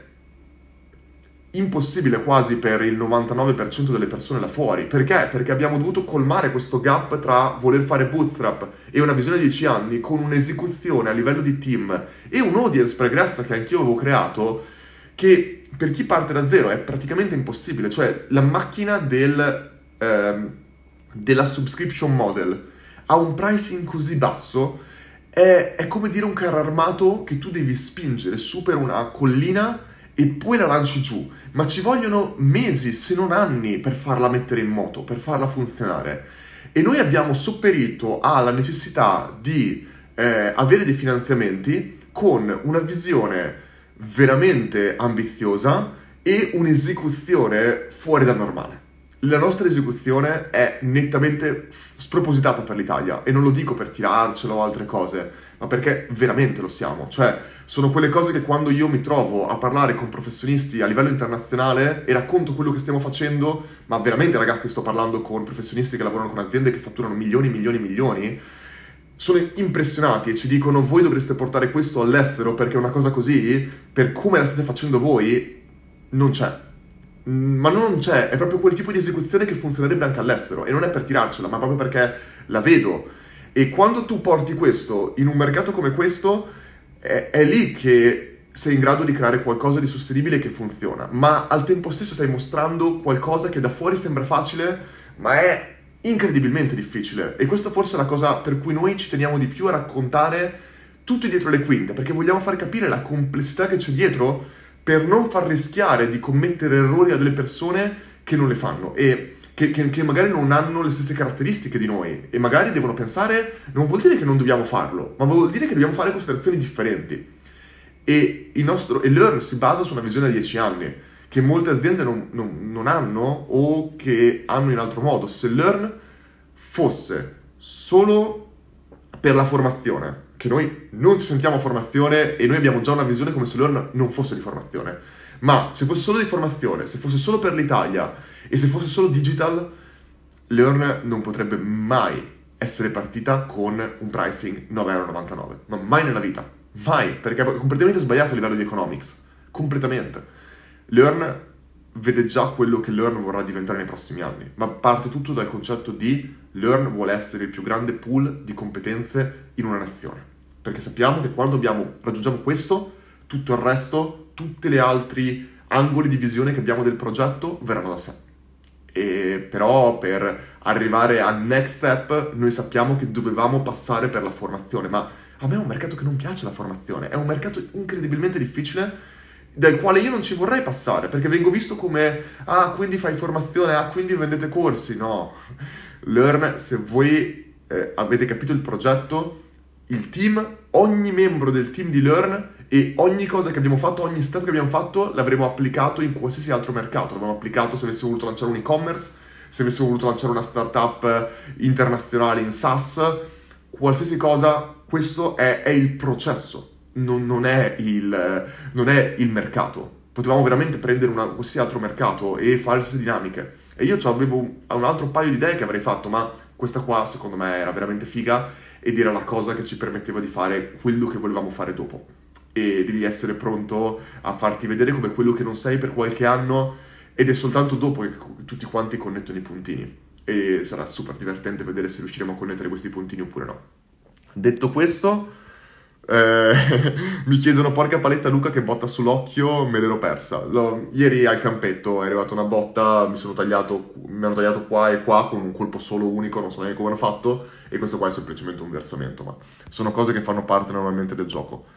impossibile quasi per il 99% delle persone là fuori. Perché? Perché abbiamo dovuto colmare questo gap tra voler fare bootstrap e una visione di 10 anni con un'esecuzione a livello di team e un'audience pregressa che anch'io avevo creato, che per chi parte da zero è praticamente impossibile. Cioè la macchina della subscription model a un pricing così basso è come dire un carro armato che tu devi spingere su per una collina e poi la lanci giù, ma ci vogliono mesi, se non anni, per farla mettere in moto, per farla funzionare. E noi abbiamo sopperito alla necessità di avere dei finanziamenti con una visione veramente ambiziosa e un'esecuzione fuori dal normale. La nostra esecuzione è nettamente spropositata per l'Italia, e non lo dico per tirarcelo o altre cose, ma perché veramente lo siamo. Cioè, sono quelle cose che quando io mi trovo a parlare con professionisti a livello internazionale e racconto quello che stiamo facendo, ma veramente ragazzi sto parlando con professionisti che lavorano con aziende che fatturano milioni, milioni, milioni, sono impressionati e ci dicono: voi dovreste portare questo all'estero perché una cosa così, per come la state facendo voi, non c'è. Ma non c'è, è proprio quel tipo di esecuzione che funzionerebbe anche all'estero, e non è per tirarcela, ma proprio perché la vedo. E quando tu porti questo in un mercato come questo, è lì che sei in grado di creare qualcosa di sostenibile che funziona, ma al tempo stesso stai mostrando qualcosa che da fuori sembra facile, ma è incredibilmente difficile. E questa forse è la cosa per cui noi ci teniamo di più a raccontare tutto dietro le quinte, perché vogliamo far capire la complessità che c'è dietro, per non far rischiare di commettere errori a delle persone che non le fanno e che magari non hanno le stesse caratteristiche di noi, e magari devono pensare: non vuol dire che non dobbiamo farlo, ma vuol dire che dobbiamo fare considerazioni differenti. E il Learn si basa su una visione a 10 anni che molte aziende non hanno, o che hanno in altro modo. Se Learn fosse solo per la formazione, che noi non ci sentiamo formazione e noi abbiamo già una visione come se Learn non fosse di formazione, ma se fosse solo di formazione, se fosse solo per l'Italia e se fosse solo digital, Learn non potrebbe mai essere partita con un pricing 9,99 €, ma mai nella vita, Mai, perché è completamente sbagliato a livello di economics. Completamente. Learn vede già quello che Learn vorrà diventare nei prossimi anni, ma parte tutto dal concetto di Learn vuole essere il più grande pool di competenze in una nazione. Perché sappiamo che quando raggiungiamo questo, tutto il resto, tutti gli altri angoli di visione che abbiamo del progetto verranno da sé. E però per arrivare al next step noi sappiamo che dovevamo passare per la formazione, ma a me è un mercato che non piace la formazione, è un mercato incredibilmente difficile dal quale io non ci vorrei passare, perché vengo visto come, quindi fai formazione, quindi vendete corsi, no. Learn, se voi avete capito il progetto, il team, ogni membro del team di Learn e ogni cosa che abbiamo fatto, ogni step che abbiamo fatto, l'avremo applicato in qualsiasi altro mercato. L'avremmo applicato se avessimo voluto lanciare un e-commerce, se avessimo voluto lanciare una startup internazionale in SaaS, qualsiasi cosa, questo è il processo, non è il mercato. Potevamo veramente prendere qualsiasi altro mercato e fare queste dinamiche. E io avevo un altro paio di idee che avrei fatto, ma questa qua secondo me era veramente figa ed era la cosa che ci permetteva di fare quello che volevamo fare dopo. E devi essere pronto a farti vedere come quello che non sei per qualche anno ed è soltanto dopo che tutti quanti connettono i puntini. E sarà super divertente vedere se riusciremo a connettere questi puntini oppure no. Detto questo, mi chiedono porca paletta Luca che botta sull'occhio, me l'ero persa. Ieri al campetto è arrivata una botta, mi hanno tagliato qua e qua con un colpo solo unico, non so neanche come hanno fatto, e questo qua è semplicemente un versamento, ma sono cose che fanno parte normalmente del gioco.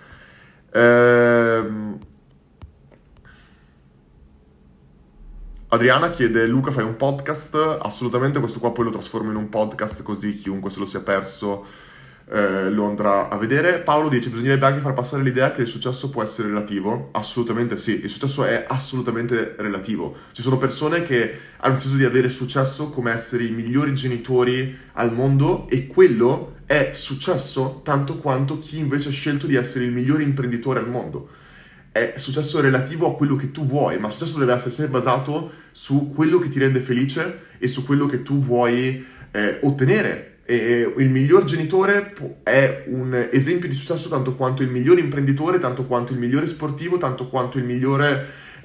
Adriana chiede, Luca fai un podcast? Assolutamente, questo qua poi lo trasformo in un podcast così chiunque se lo sia perso lo andrà a vedere. Paolo dice, bisognerebbe anche far passare l'idea che il successo può essere relativo. Assolutamente sì, il successo è assolutamente relativo. Ci sono persone che hanno deciso di avere successo come essere i migliori genitori al mondo e quello è successo tanto quanto chi invece ha scelto di essere il migliore imprenditore al mondo. È successo relativo a quello che tu vuoi, ma il successo deve essere sempre basato su quello che ti rende felice e su quello che tu vuoi ottenere. E il miglior genitore è un esempio di successo tanto quanto il migliore imprenditore, tanto quanto il migliore sportivo, tanto quanto il migliore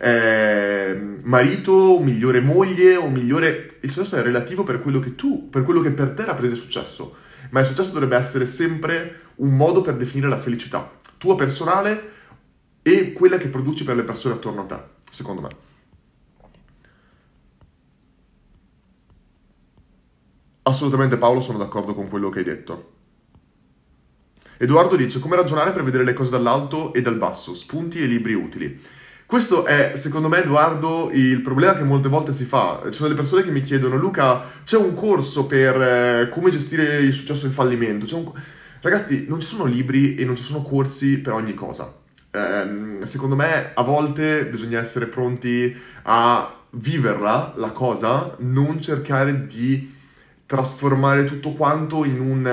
marito, migliore moglie o migliore... Il successo è relativo per quello che per te rappresenta successo, ma il successo dovrebbe essere sempre un modo per definire la felicità, tua personale e quella che produci per le persone attorno a te, secondo me. Assolutamente Paolo, sono d'accordo con quello che hai detto. Edoardo dice, come ragionare per vedere le cose dall'alto e dal basso, spunti e libri utili. Questo è, secondo me, Edoardo, il problema che molte volte si fa. Ci sono delle persone che mi chiedono, Luca, c'è un corso per come gestire il successo e il fallimento? Ragazzi, non ci sono libri e non ci sono corsi per ogni cosa. Secondo me, a volte bisogna essere pronti a viverla, la cosa, non cercare di trasformare tutto quanto in un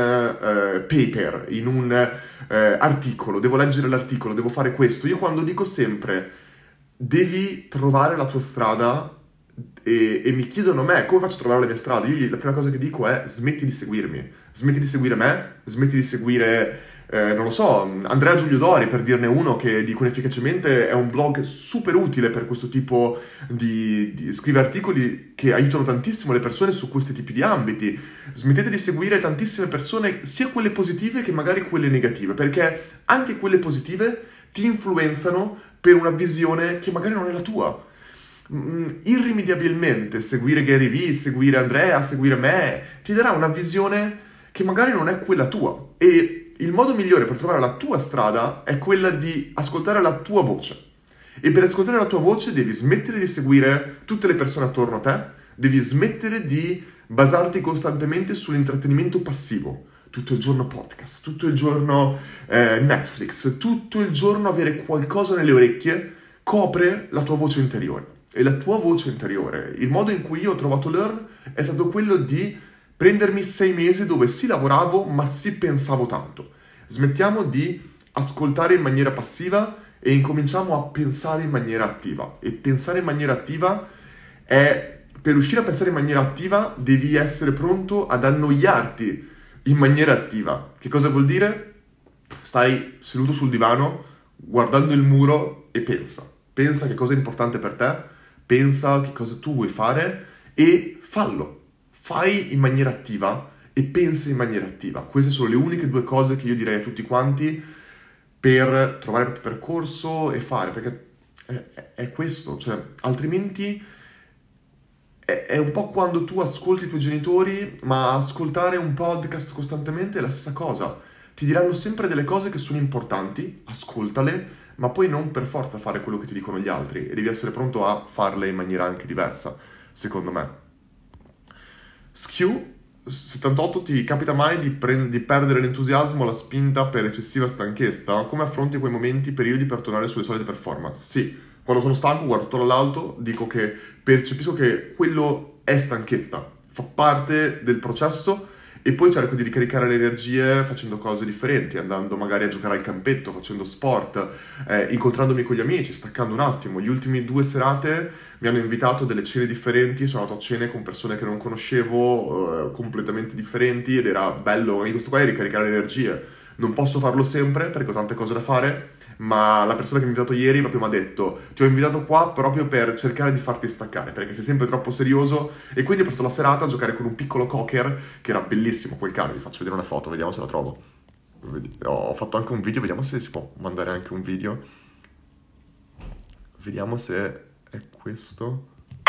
paper, in un articolo. Devo leggere l'articolo, devo fare questo. Io quando dico sempre devi trovare la tua strada e mi chiedono a me come faccio a trovare la mia strada, io la prima cosa che dico è smetti di seguirmi, smetti di seguire me, smetti di seguire non lo so, Andrea Giulio Dori, per dirne uno che dicono efficacemente, è un blog super utile per questo tipo di scrive articoli che aiutano tantissimo le persone su questi tipi di ambiti. Smettete di seguire tantissime persone, sia quelle positive che magari quelle negative, perché anche quelle positive ti influenzano per una visione che magari non è la tua. Irrimediabilmente seguire Gary Vee, seguire Andrea, seguire me, ti darà una visione che magari non è quella tua. E il modo migliore per trovare la tua strada è quella di ascoltare la tua voce. E per ascoltare la tua voce devi smettere di seguire tutte le persone attorno a te, devi smettere di basarti costantemente sull'intrattenimento passivo. Tutto il giorno podcast, tutto il giorno Netflix, tutto il giorno avere qualcosa nelle orecchie copre la tua voce interiore. E la tua voce interiore, il modo in cui io ho trovato Learn è stato quello di prendermi 6 mesi dove sì lavoravo ma sì pensavo tanto. Smettiamo di ascoltare in maniera passiva e incominciamo a pensare in maniera attiva. E pensare in maniera attiva è... Per riuscire a pensare in maniera attiva devi essere pronto ad annoiarti in maniera attiva. Che cosa vuol dire? stai seduto sul divano, guardando il muro e pensa che cosa è importante per te, pensa che cosa tu vuoi fare e fallo. Fai in maniera attiva e pensa in maniera attiva. Queste sono le uniche due cose che io direi a tutti quanti per trovare il proprio percorso e fare, perché è questo, cioè, altrimenti è un po' quando tu ascolti i tuoi genitori, ma ascoltare un podcast costantemente è la stessa cosa. Ti diranno sempre delle cose che sono importanti, ascoltale, ma poi non per forza fare quello che ti dicono gli altri e devi essere pronto a farle in maniera anche diversa, secondo me. Skew 78, ti capita mai di perdere l'entusiasmo o la spinta per eccessiva stanchezza? Come affronti quei momenti, periodi per tornare sulle solite performance? Sì, quando sono stanco guardo tutto dall'alto, dico che percepisco che quello è stanchezza, fa parte del processo e poi cerco di ricaricare le energie facendo cose differenti, andando magari a giocare al campetto, facendo sport, incontrandomi con gli amici, staccando un attimo. Gli ultimi 2 serate mi hanno invitato a delle cene differenti, sono andato a cene con persone che non conoscevo, completamente differenti ed era bello, in questo qua è ricaricare le energie. Non posso farlo sempre perché ho tante cose da fare, ma la persona che mi ha invitato ieri proprio mi ha detto ti ho invitato qua proprio per cercare di farti staccare, perché sei sempre troppo serioso e quindi ho passato la serata a giocare con un piccolo cocker che era bellissimo, quel cane, vi faccio vedere una foto, vediamo se la trovo. Ho fatto anche un video, vediamo se si può mandare anche un video. Vediamo se è questo.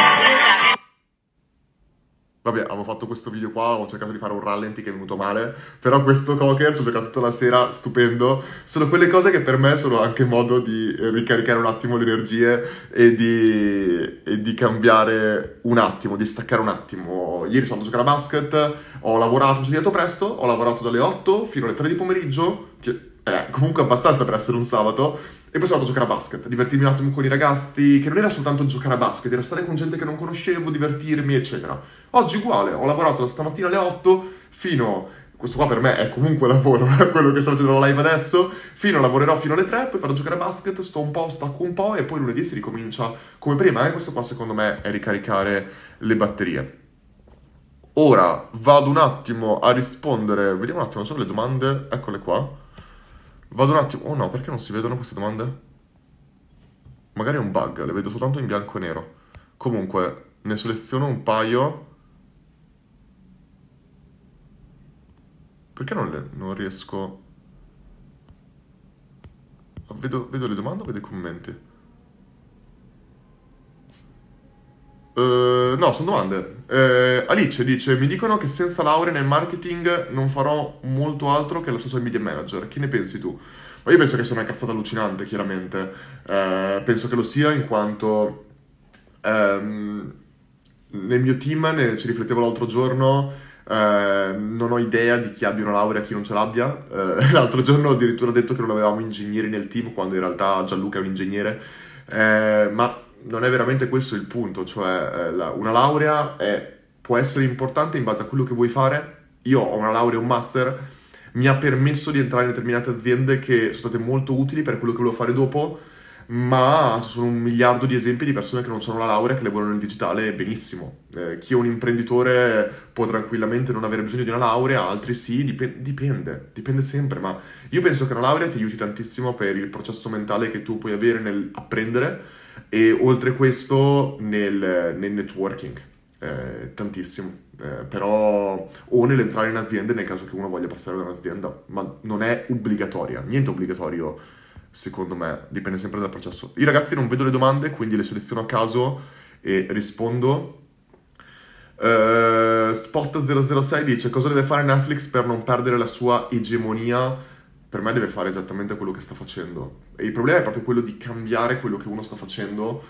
Vabbè, avevo fatto questo video qua, ho cercato di fare un rallenti che è venuto male, però questo cocker ci ho giocato tutta la sera, stupendo. Sono quelle cose che per me sono anche modo di ricaricare un attimo le energie e di cambiare un attimo, di staccare un attimo. Ieri sono andato a giocare a basket, ho lavorato, mi sono svegliato presto, ho lavorato dalle 8 fino alle 3 di pomeriggio, che è comunque abbastanza per essere un sabato, e poi sono andato a giocare a basket, divertirmi un attimo con i ragazzi, che non era soltanto giocare a basket, era stare con gente che non conoscevo, divertirmi, eccetera. Oggi uguale, ho lavorato da stamattina alle 8 fino, questo qua per me è comunque lavoro, quello che sto facendo la live adesso, lavorerò fino alle 3, poi farò giocare a basket, sto un po', stacco un po' e poi lunedì si ricomincia come prima, e questo qua secondo me è ricaricare le batterie. Ora vado un attimo a rispondere, vediamo un attimo solo le domande, eccole qua. Vado un attimo, oh no, perché non si vedono queste domande? Magari è un bug, le vedo soltanto in bianco e nero. Comunque, ne seleziono un paio. Perché non riesco... Vedo le domande o vedo i commenti? No, sono domande. Alice dice, mi dicono che senza laurea nel marketing non farò molto altro che lo social media manager. Che ne pensi tu? Ma io penso che sia una cazzata allucinante, chiaramente. Penso che lo sia in quanto nel mio team, ci riflettevo l'altro giorno, non ho idea di chi abbia una laurea e chi non ce l'abbia. L'altro giorno ho addirittura detto che non avevamo ingegneri nel team, quando in realtà Gianluca è un ingegnere. Ma non è veramente questo il punto, cioè una laurea può essere importante in base a quello che vuoi fare. Io ho una laurea e un master, mi ha permesso di entrare in determinate aziende che sono state molto utili per quello che volevo fare dopo, ma ci sono 1 miliardo di esempi di persone che non hanno la laurea che lavorano nel digitale benissimo. Chi è un imprenditore può tranquillamente non avere bisogno di una laurea, altri sì, dipende sempre, ma io penso che una laurea ti aiuti tantissimo per il processo mentale che tu puoi avere nell'apprendere e oltre questo nel networking, tantissimo. Però o nell'entrare in aziende nel caso che uno voglia passare da un'azienda, ma non è obbligatoria, niente è obbligatorio secondo me, dipende sempre dal processo. Io ragazzi non vedo le domande, quindi le seleziono a caso e rispondo. Spot006 dice cosa deve fare Netflix per non perdere la sua egemonia. Per me deve fare esattamente quello che sta facendo e il problema è proprio quello di cambiare quello che uno sta facendo.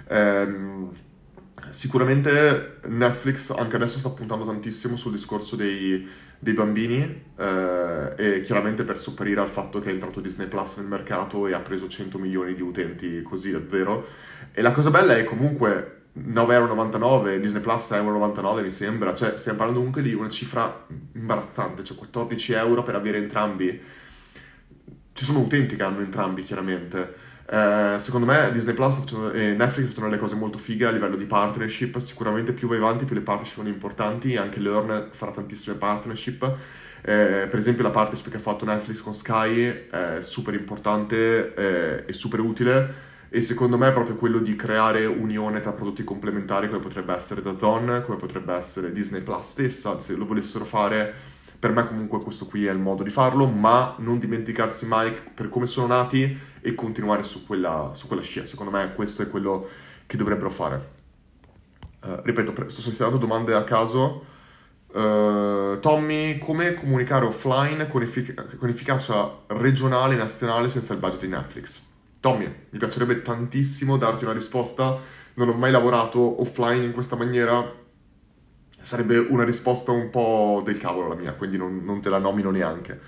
Sicuramente Netflix anche adesso sta puntando tantissimo sul discorso dei bambini, e chiaramente per sopperire al fatto che è entrato Disney Plus nel mercato e ha preso 100 milioni di utenti così da zero. E la cosa bella è comunque 9,99 €, Disney Plus 6,99 € mi sembra, cioè stiamo parlando comunque di una cifra imbarazzante, cioè 14 € per avere entrambi. Ci sono utenti che hanno entrambi chiaramente. Secondo me Disney Plus e Netflix fanno delle cose molto fighe a livello di partnership, sicuramente più vai avanti più le partnership sono importanti, anche Learn farà tantissime partnership, per esempio la partnership che ha fatto Netflix con Sky è super importante e super utile, e secondo me è proprio quello di creare unione tra prodotti complementari come potrebbe essere DAZN, come potrebbe essere Disney Plus stessa, se lo volessero fare. Per me comunque questo qui è il modo di farlo, ma non dimenticarsi mai per come sono nati e continuare su quella scia. Secondo me questo è quello che dovrebbero fare. Ripeto, sto selezionando domande a caso. Tommy, come comunicare offline con efficacia regionale e nazionale senza il budget di Netflix? Tommy, mi piacerebbe tantissimo darti una risposta. Non ho mai lavorato offline in questa maniera. Sarebbe una risposta un po' del cavolo la mia, quindi non te la nomino neanche.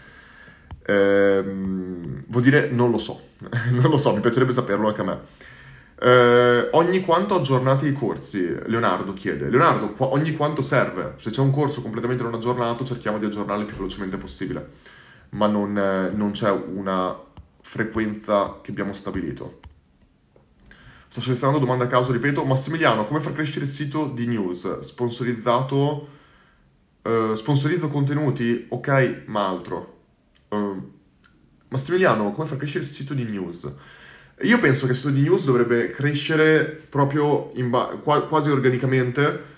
Vuol dire non lo so, non lo so, mi piacerebbe saperlo anche a me. Ogni quanto aggiornate i corsi? Leonardo chiede. Leonardo, ogni quanto serve? Se c'è un corso completamente non aggiornato, cerchiamo di aggiornarlo il più velocemente possibile, ma non c'è una frequenza che abbiamo stabilito. Sto selezionando domande a caso, ripeto. Massimiliano, come far crescere il sito di news? Sponsorizzato? Sponsorizzo contenuti? Ok, ma altro. Massimiliano, come far crescere il sito di news? Io penso che il sito di news dovrebbe crescere proprio quasi organicamente.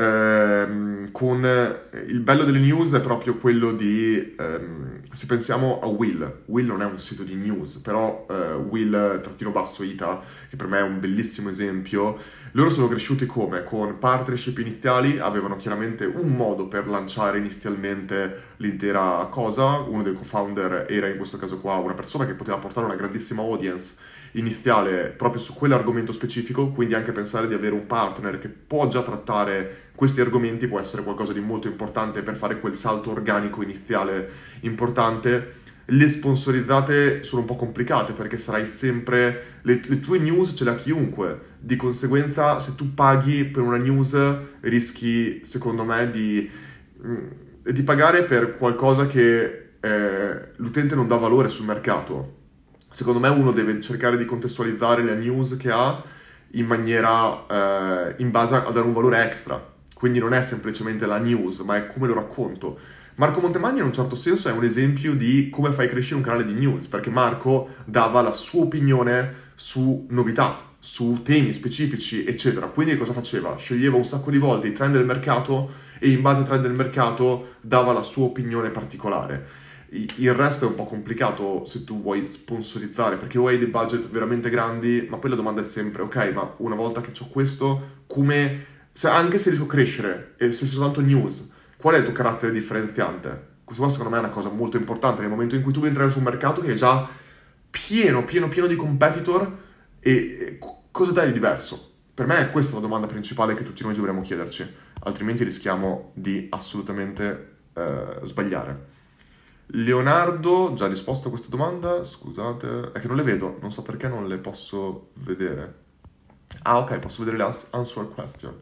Con il bello delle news è proprio quello di se pensiamo a Will non è un sito di news, però Will-Ita, che per me è un bellissimo esempio, loro sono cresciuti come? Con partnership iniziali, avevano chiaramente un modo per lanciare inizialmente l'intera cosa, uno dei co-founder era in questo caso qua una persona che poteva portare una grandissima audience iniziale proprio su quell'argomento specifico, quindi anche pensare di avere un partner che può già trattare questi argomenti può essere qualcosa di molto importante per fare quel salto organico iniziale importante. Le sponsorizzate sono un po' complicate perché sarai sempre le tue news ce le ha chiunque, di conseguenza se tu paghi per una news rischi secondo me di pagare per qualcosa che l'utente non dà valore sul mercato. Secondo me uno deve cercare di contestualizzare le news che ha in maniera in base a dare un valore extra. Quindi non è semplicemente la news, ma è come lo racconto. Marco Montemagno in un certo senso è un esempio di come fai crescere un canale di news, perché Marco dava la sua opinione su novità, su temi specifici, eccetera. Quindi cosa faceva? Sceglieva un sacco di volte i trend del mercato e in base ai trend del mercato dava la sua opinione particolare. Il resto è un po' complicato se tu vuoi sponsorizzare, perché o hai dei budget veramente grandi, ma poi la domanda è sempre, ok, ma una volta che ho questo, come... anche se riesco a crescere e se sei soltanto news, qual è il tuo carattere differenziante? Questo qua secondo me è una cosa molto importante nel momento in cui tu vuoi entrare su un mercato che è già pieno di competitor e cosa dai di diverso? Per me è questa la domanda principale che tutti noi dovremmo chiederci, altrimenti rischiamo di assolutamente sbagliare. Leonardo, già risposto a questa domanda, scusate, è che non le vedo, non so perché non le posso vedere. Ah ok, posso vedere le answer question.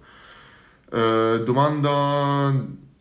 Domanda: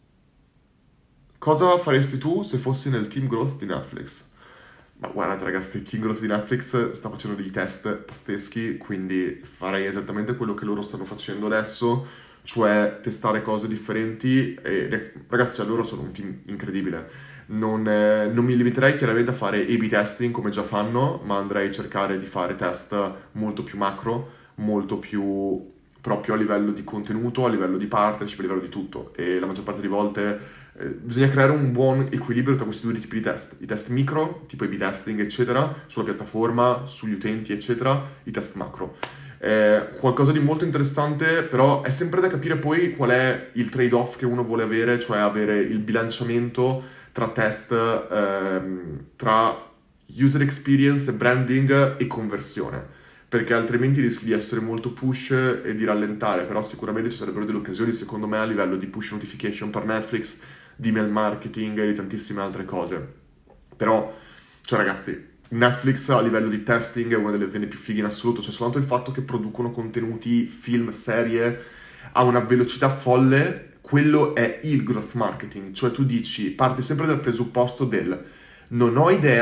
cosa faresti tu se fossi nel team growth di Netflix? Ma guardate ragazzi, il team growth di Netflix sta facendo dei test pazzeschi, quindi farei esattamente quello che loro stanno facendo adesso, cioè testare cose differenti e ragazzi, cioè, loro sono un team incredibile. Non mi limiterei chiaramente a fare A/B testing come già fanno, ma andrei a cercare di fare test molto più macro, molto più proprio a livello di contenuto, a livello di partnership, a livello di tutto. E la maggior parte delle volte bisogna creare un buon equilibrio tra questi due tipi di test. I test micro, tipo A/B testing, eccetera, sulla piattaforma, sugli utenti, eccetera, i test macro. Qualcosa di molto interessante, però è sempre da capire poi qual è il trade-off che uno vuole avere, cioè avere il bilanciamento tra test, tra user experience, branding e conversione, perché altrimenti rischi di essere molto push e di rallentare, però sicuramente ci sarebbero delle occasioni secondo me a livello di push notification per Netflix, di email marketing e di tantissime altre cose. Però, cioè ragazzi, Netflix a livello di testing è una delle aziende più fighe in assoluto, cioè soltanto il fatto che producono contenuti, film, serie a una velocità folle, quello è il growth marketing, cioè tu dici, parti sempre dal presupposto del non ho idea,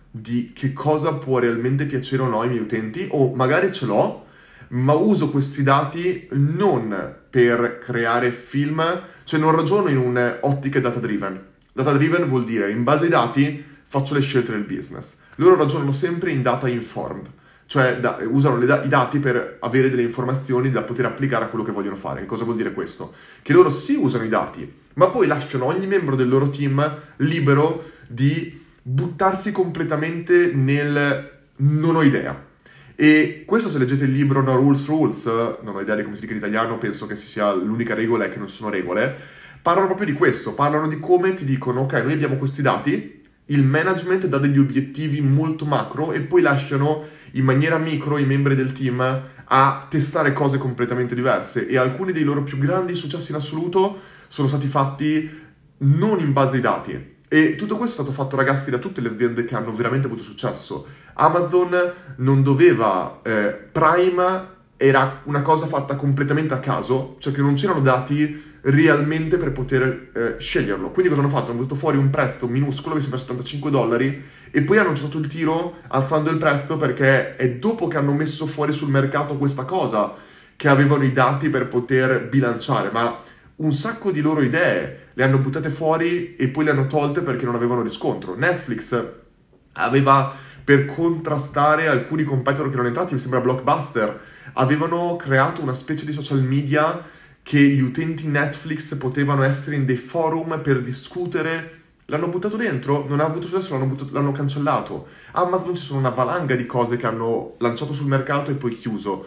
di che cosa può realmente piacere o no ai miei utenti, o magari ce l'ho, ma uso questi dati non per creare film, cioè non ragiono in un'ottica data-driven. Data-driven vuol dire, in base ai dati, faccio le scelte del business. Loro ragionano sempre in data-informed, cioè usano i dati per avere delle informazioni da poter applicare a quello che vogliono fare. Che cosa vuol dire questo? Che loro sì usano i dati, ma poi lasciano ogni membro del loro team libero di buttarsi completamente nel non ho idea. E questo, se leggete il libro No Rules Rules, non ho idea di come si dica in italiano, penso che sia l'unica regola è che non sono regole, parlano proprio di questo, parlano di come ti dicono ok, noi abbiamo questi dati, il management dà degli obiettivi molto macro e poi lasciano in maniera micro i membri del team a testare cose completamente diverse, e alcuni dei loro più grandi successi in assoluto sono stati fatti non in base ai dati. E tutto questo è stato fatto, ragazzi, da tutte le aziende che hanno veramente avuto successo. Amazon non doveva, Prime era una cosa fatta completamente a caso, cioè che non c'erano dati realmente per poter sceglierlo. Quindi cosa hanno fatto? Hanno buttato fuori un prezzo minuscolo, mi sembra $75, e poi hanno cessato il tiro alzando il prezzo, perché è dopo che hanno messo fuori sul mercato questa cosa che avevano i dati per poter bilanciare, ma un sacco di loro idee le hanno buttate fuori e poi le hanno tolte perché non avevano riscontro. Netflix aveva, per contrastare alcuni competitor che erano entrati, mi sembra Blockbuster, avevano creato una specie di social media che gli utenti Netflix potevano essere in dei forum per discutere. L'hanno buttato dentro, non ha avuto successo, l'hanno cancellato. Amazon ci sono una valanga di cose che hanno lanciato sul mercato e poi chiuso.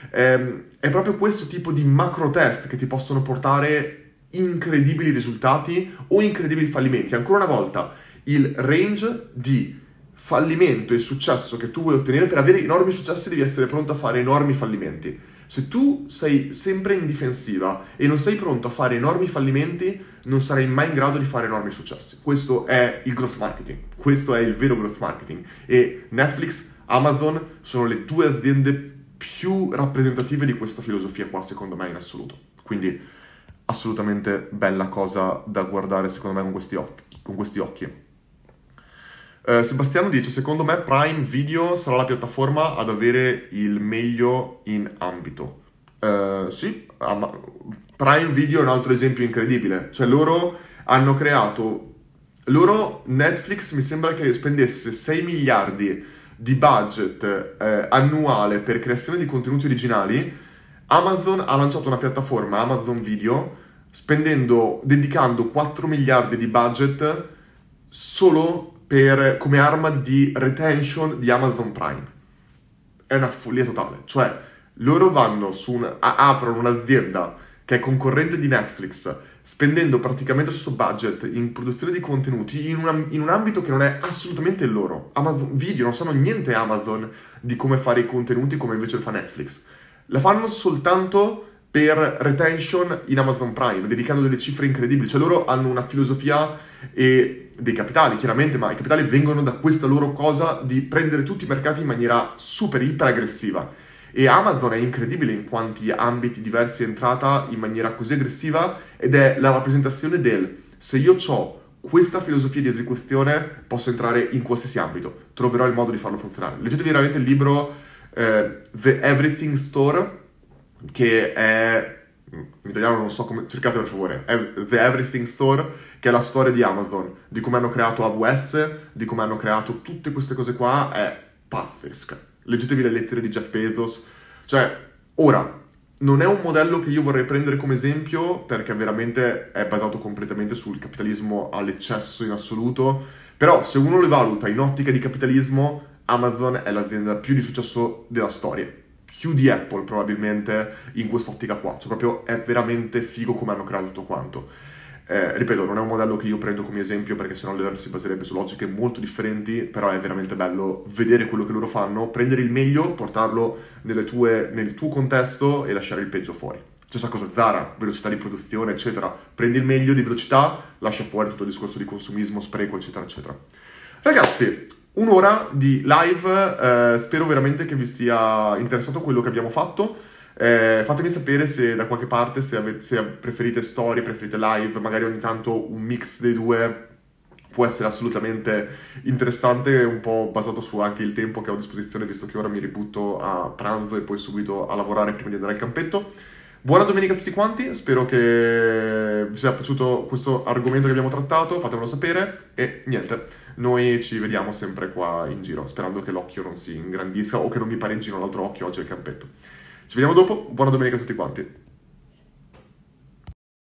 È proprio questo tipo di macro test che ti possono portare incredibili risultati o incredibili fallimenti. Ancora una volta, il range di fallimento e successo che tu vuoi ottenere, per avere enormi successi devi essere pronto a fare enormi fallimenti. Se tu sei sempre in difensiva e non sei pronto a fare enormi fallimenti, non sarai mai in grado di fare enormi successi. Questo è il growth marketing, questo è il vero growth marketing, e Netflix, Amazon sono le due aziende più rappresentative di questa filosofia qua, secondo me, in assoluto. Quindi assolutamente bella cosa da guardare, secondo me, con questi occhi. Sebastiano dice: secondo me Prime Video sarà la piattaforma ad avere il meglio in ambito. Sì, Prime Video è un altro esempio incredibile. Cioè loro hanno creato... Netflix mi sembra che spendesse 6 miliardi di budget annuale per creazione di contenuti originali. Amazon ha lanciato una piattaforma, Amazon Video, dedicando 4 miliardi di budget solo come arma di retention di Amazon Prime. È una follia totale. Cioè, loro vanno aprono un'azienda che è concorrente di Netflix, spendendo praticamente lo stesso budget in produzione di contenuti in un ambito che non è assolutamente il loro. Amazon Video non sanno niente Amazon di come fare i contenuti come invece lo fa Netflix. La fanno soltanto per retention in Amazon Prime, dedicando delle cifre incredibili. Cioè loro hanno una filosofia e dei capitali, chiaramente, ma i capitali vengono da questa loro cosa di prendere tutti i mercati in maniera super, iper aggressiva. E Amazon è incredibile in quanti ambiti diversi è entrata in maniera così aggressiva, ed è la rappresentazione se io ho questa filosofia di esecuzione, posso entrare in qualsiasi ambito, troverò il modo di farlo funzionare. Leggetevi veramente il libro The Everything Store, che è, in italiano non so come, cercate per favore, The Everything Store, che è la storia di Amazon, di come hanno creato AWS, di come hanno creato tutte queste cose qua, è pazzesca. Leggetevi le lettere di Jeff Bezos. Cioè, ora, non è un modello che io vorrei prendere come esempio, perché veramente è basato completamente sul capitalismo all'eccesso in assoluto, però se uno lo valuta in ottica di capitalismo, Amazon è l'azienda più di successo della storia, più di Apple probabilmente in quest'ottica qua. Cioè proprio è veramente figo come hanno creato tutto quanto. Ripeto, non è un modello che io prendo come esempio, perché sennò l'Earn si baserebbe su logiche molto differenti, però è veramente bello vedere quello che loro fanno, prendere il meglio, portarlo nel tuo contesto e lasciare il peggio fuori. Stessa cosa Zara, velocità di produzione, eccetera. Prendi il meglio di velocità, lascia fuori tutto il discorso di consumismo, spreco, eccetera, eccetera. Ragazzi, un'ora di live, spero veramente che vi sia interessato quello che abbiamo fatto. Fatemi sapere se da qualche parte, se preferite storie, preferite live, magari ogni tanto un mix dei due può essere assolutamente interessante, un po' basato su anche il tempo che ho a disposizione, visto che ora mi ributto a pranzo e poi subito a lavorare prima di andare al campetto. Buona domenica a tutti quanti, spero che vi sia piaciuto questo argomento che abbiamo trattato, fatemelo sapere e niente, noi ci vediamo sempre qua in giro, sperando che l'occhio non si ingrandisca o che non mi pareggino l'altro occhio oggi al campetto. Ci vediamo dopo, buona domenica a tutti quanti.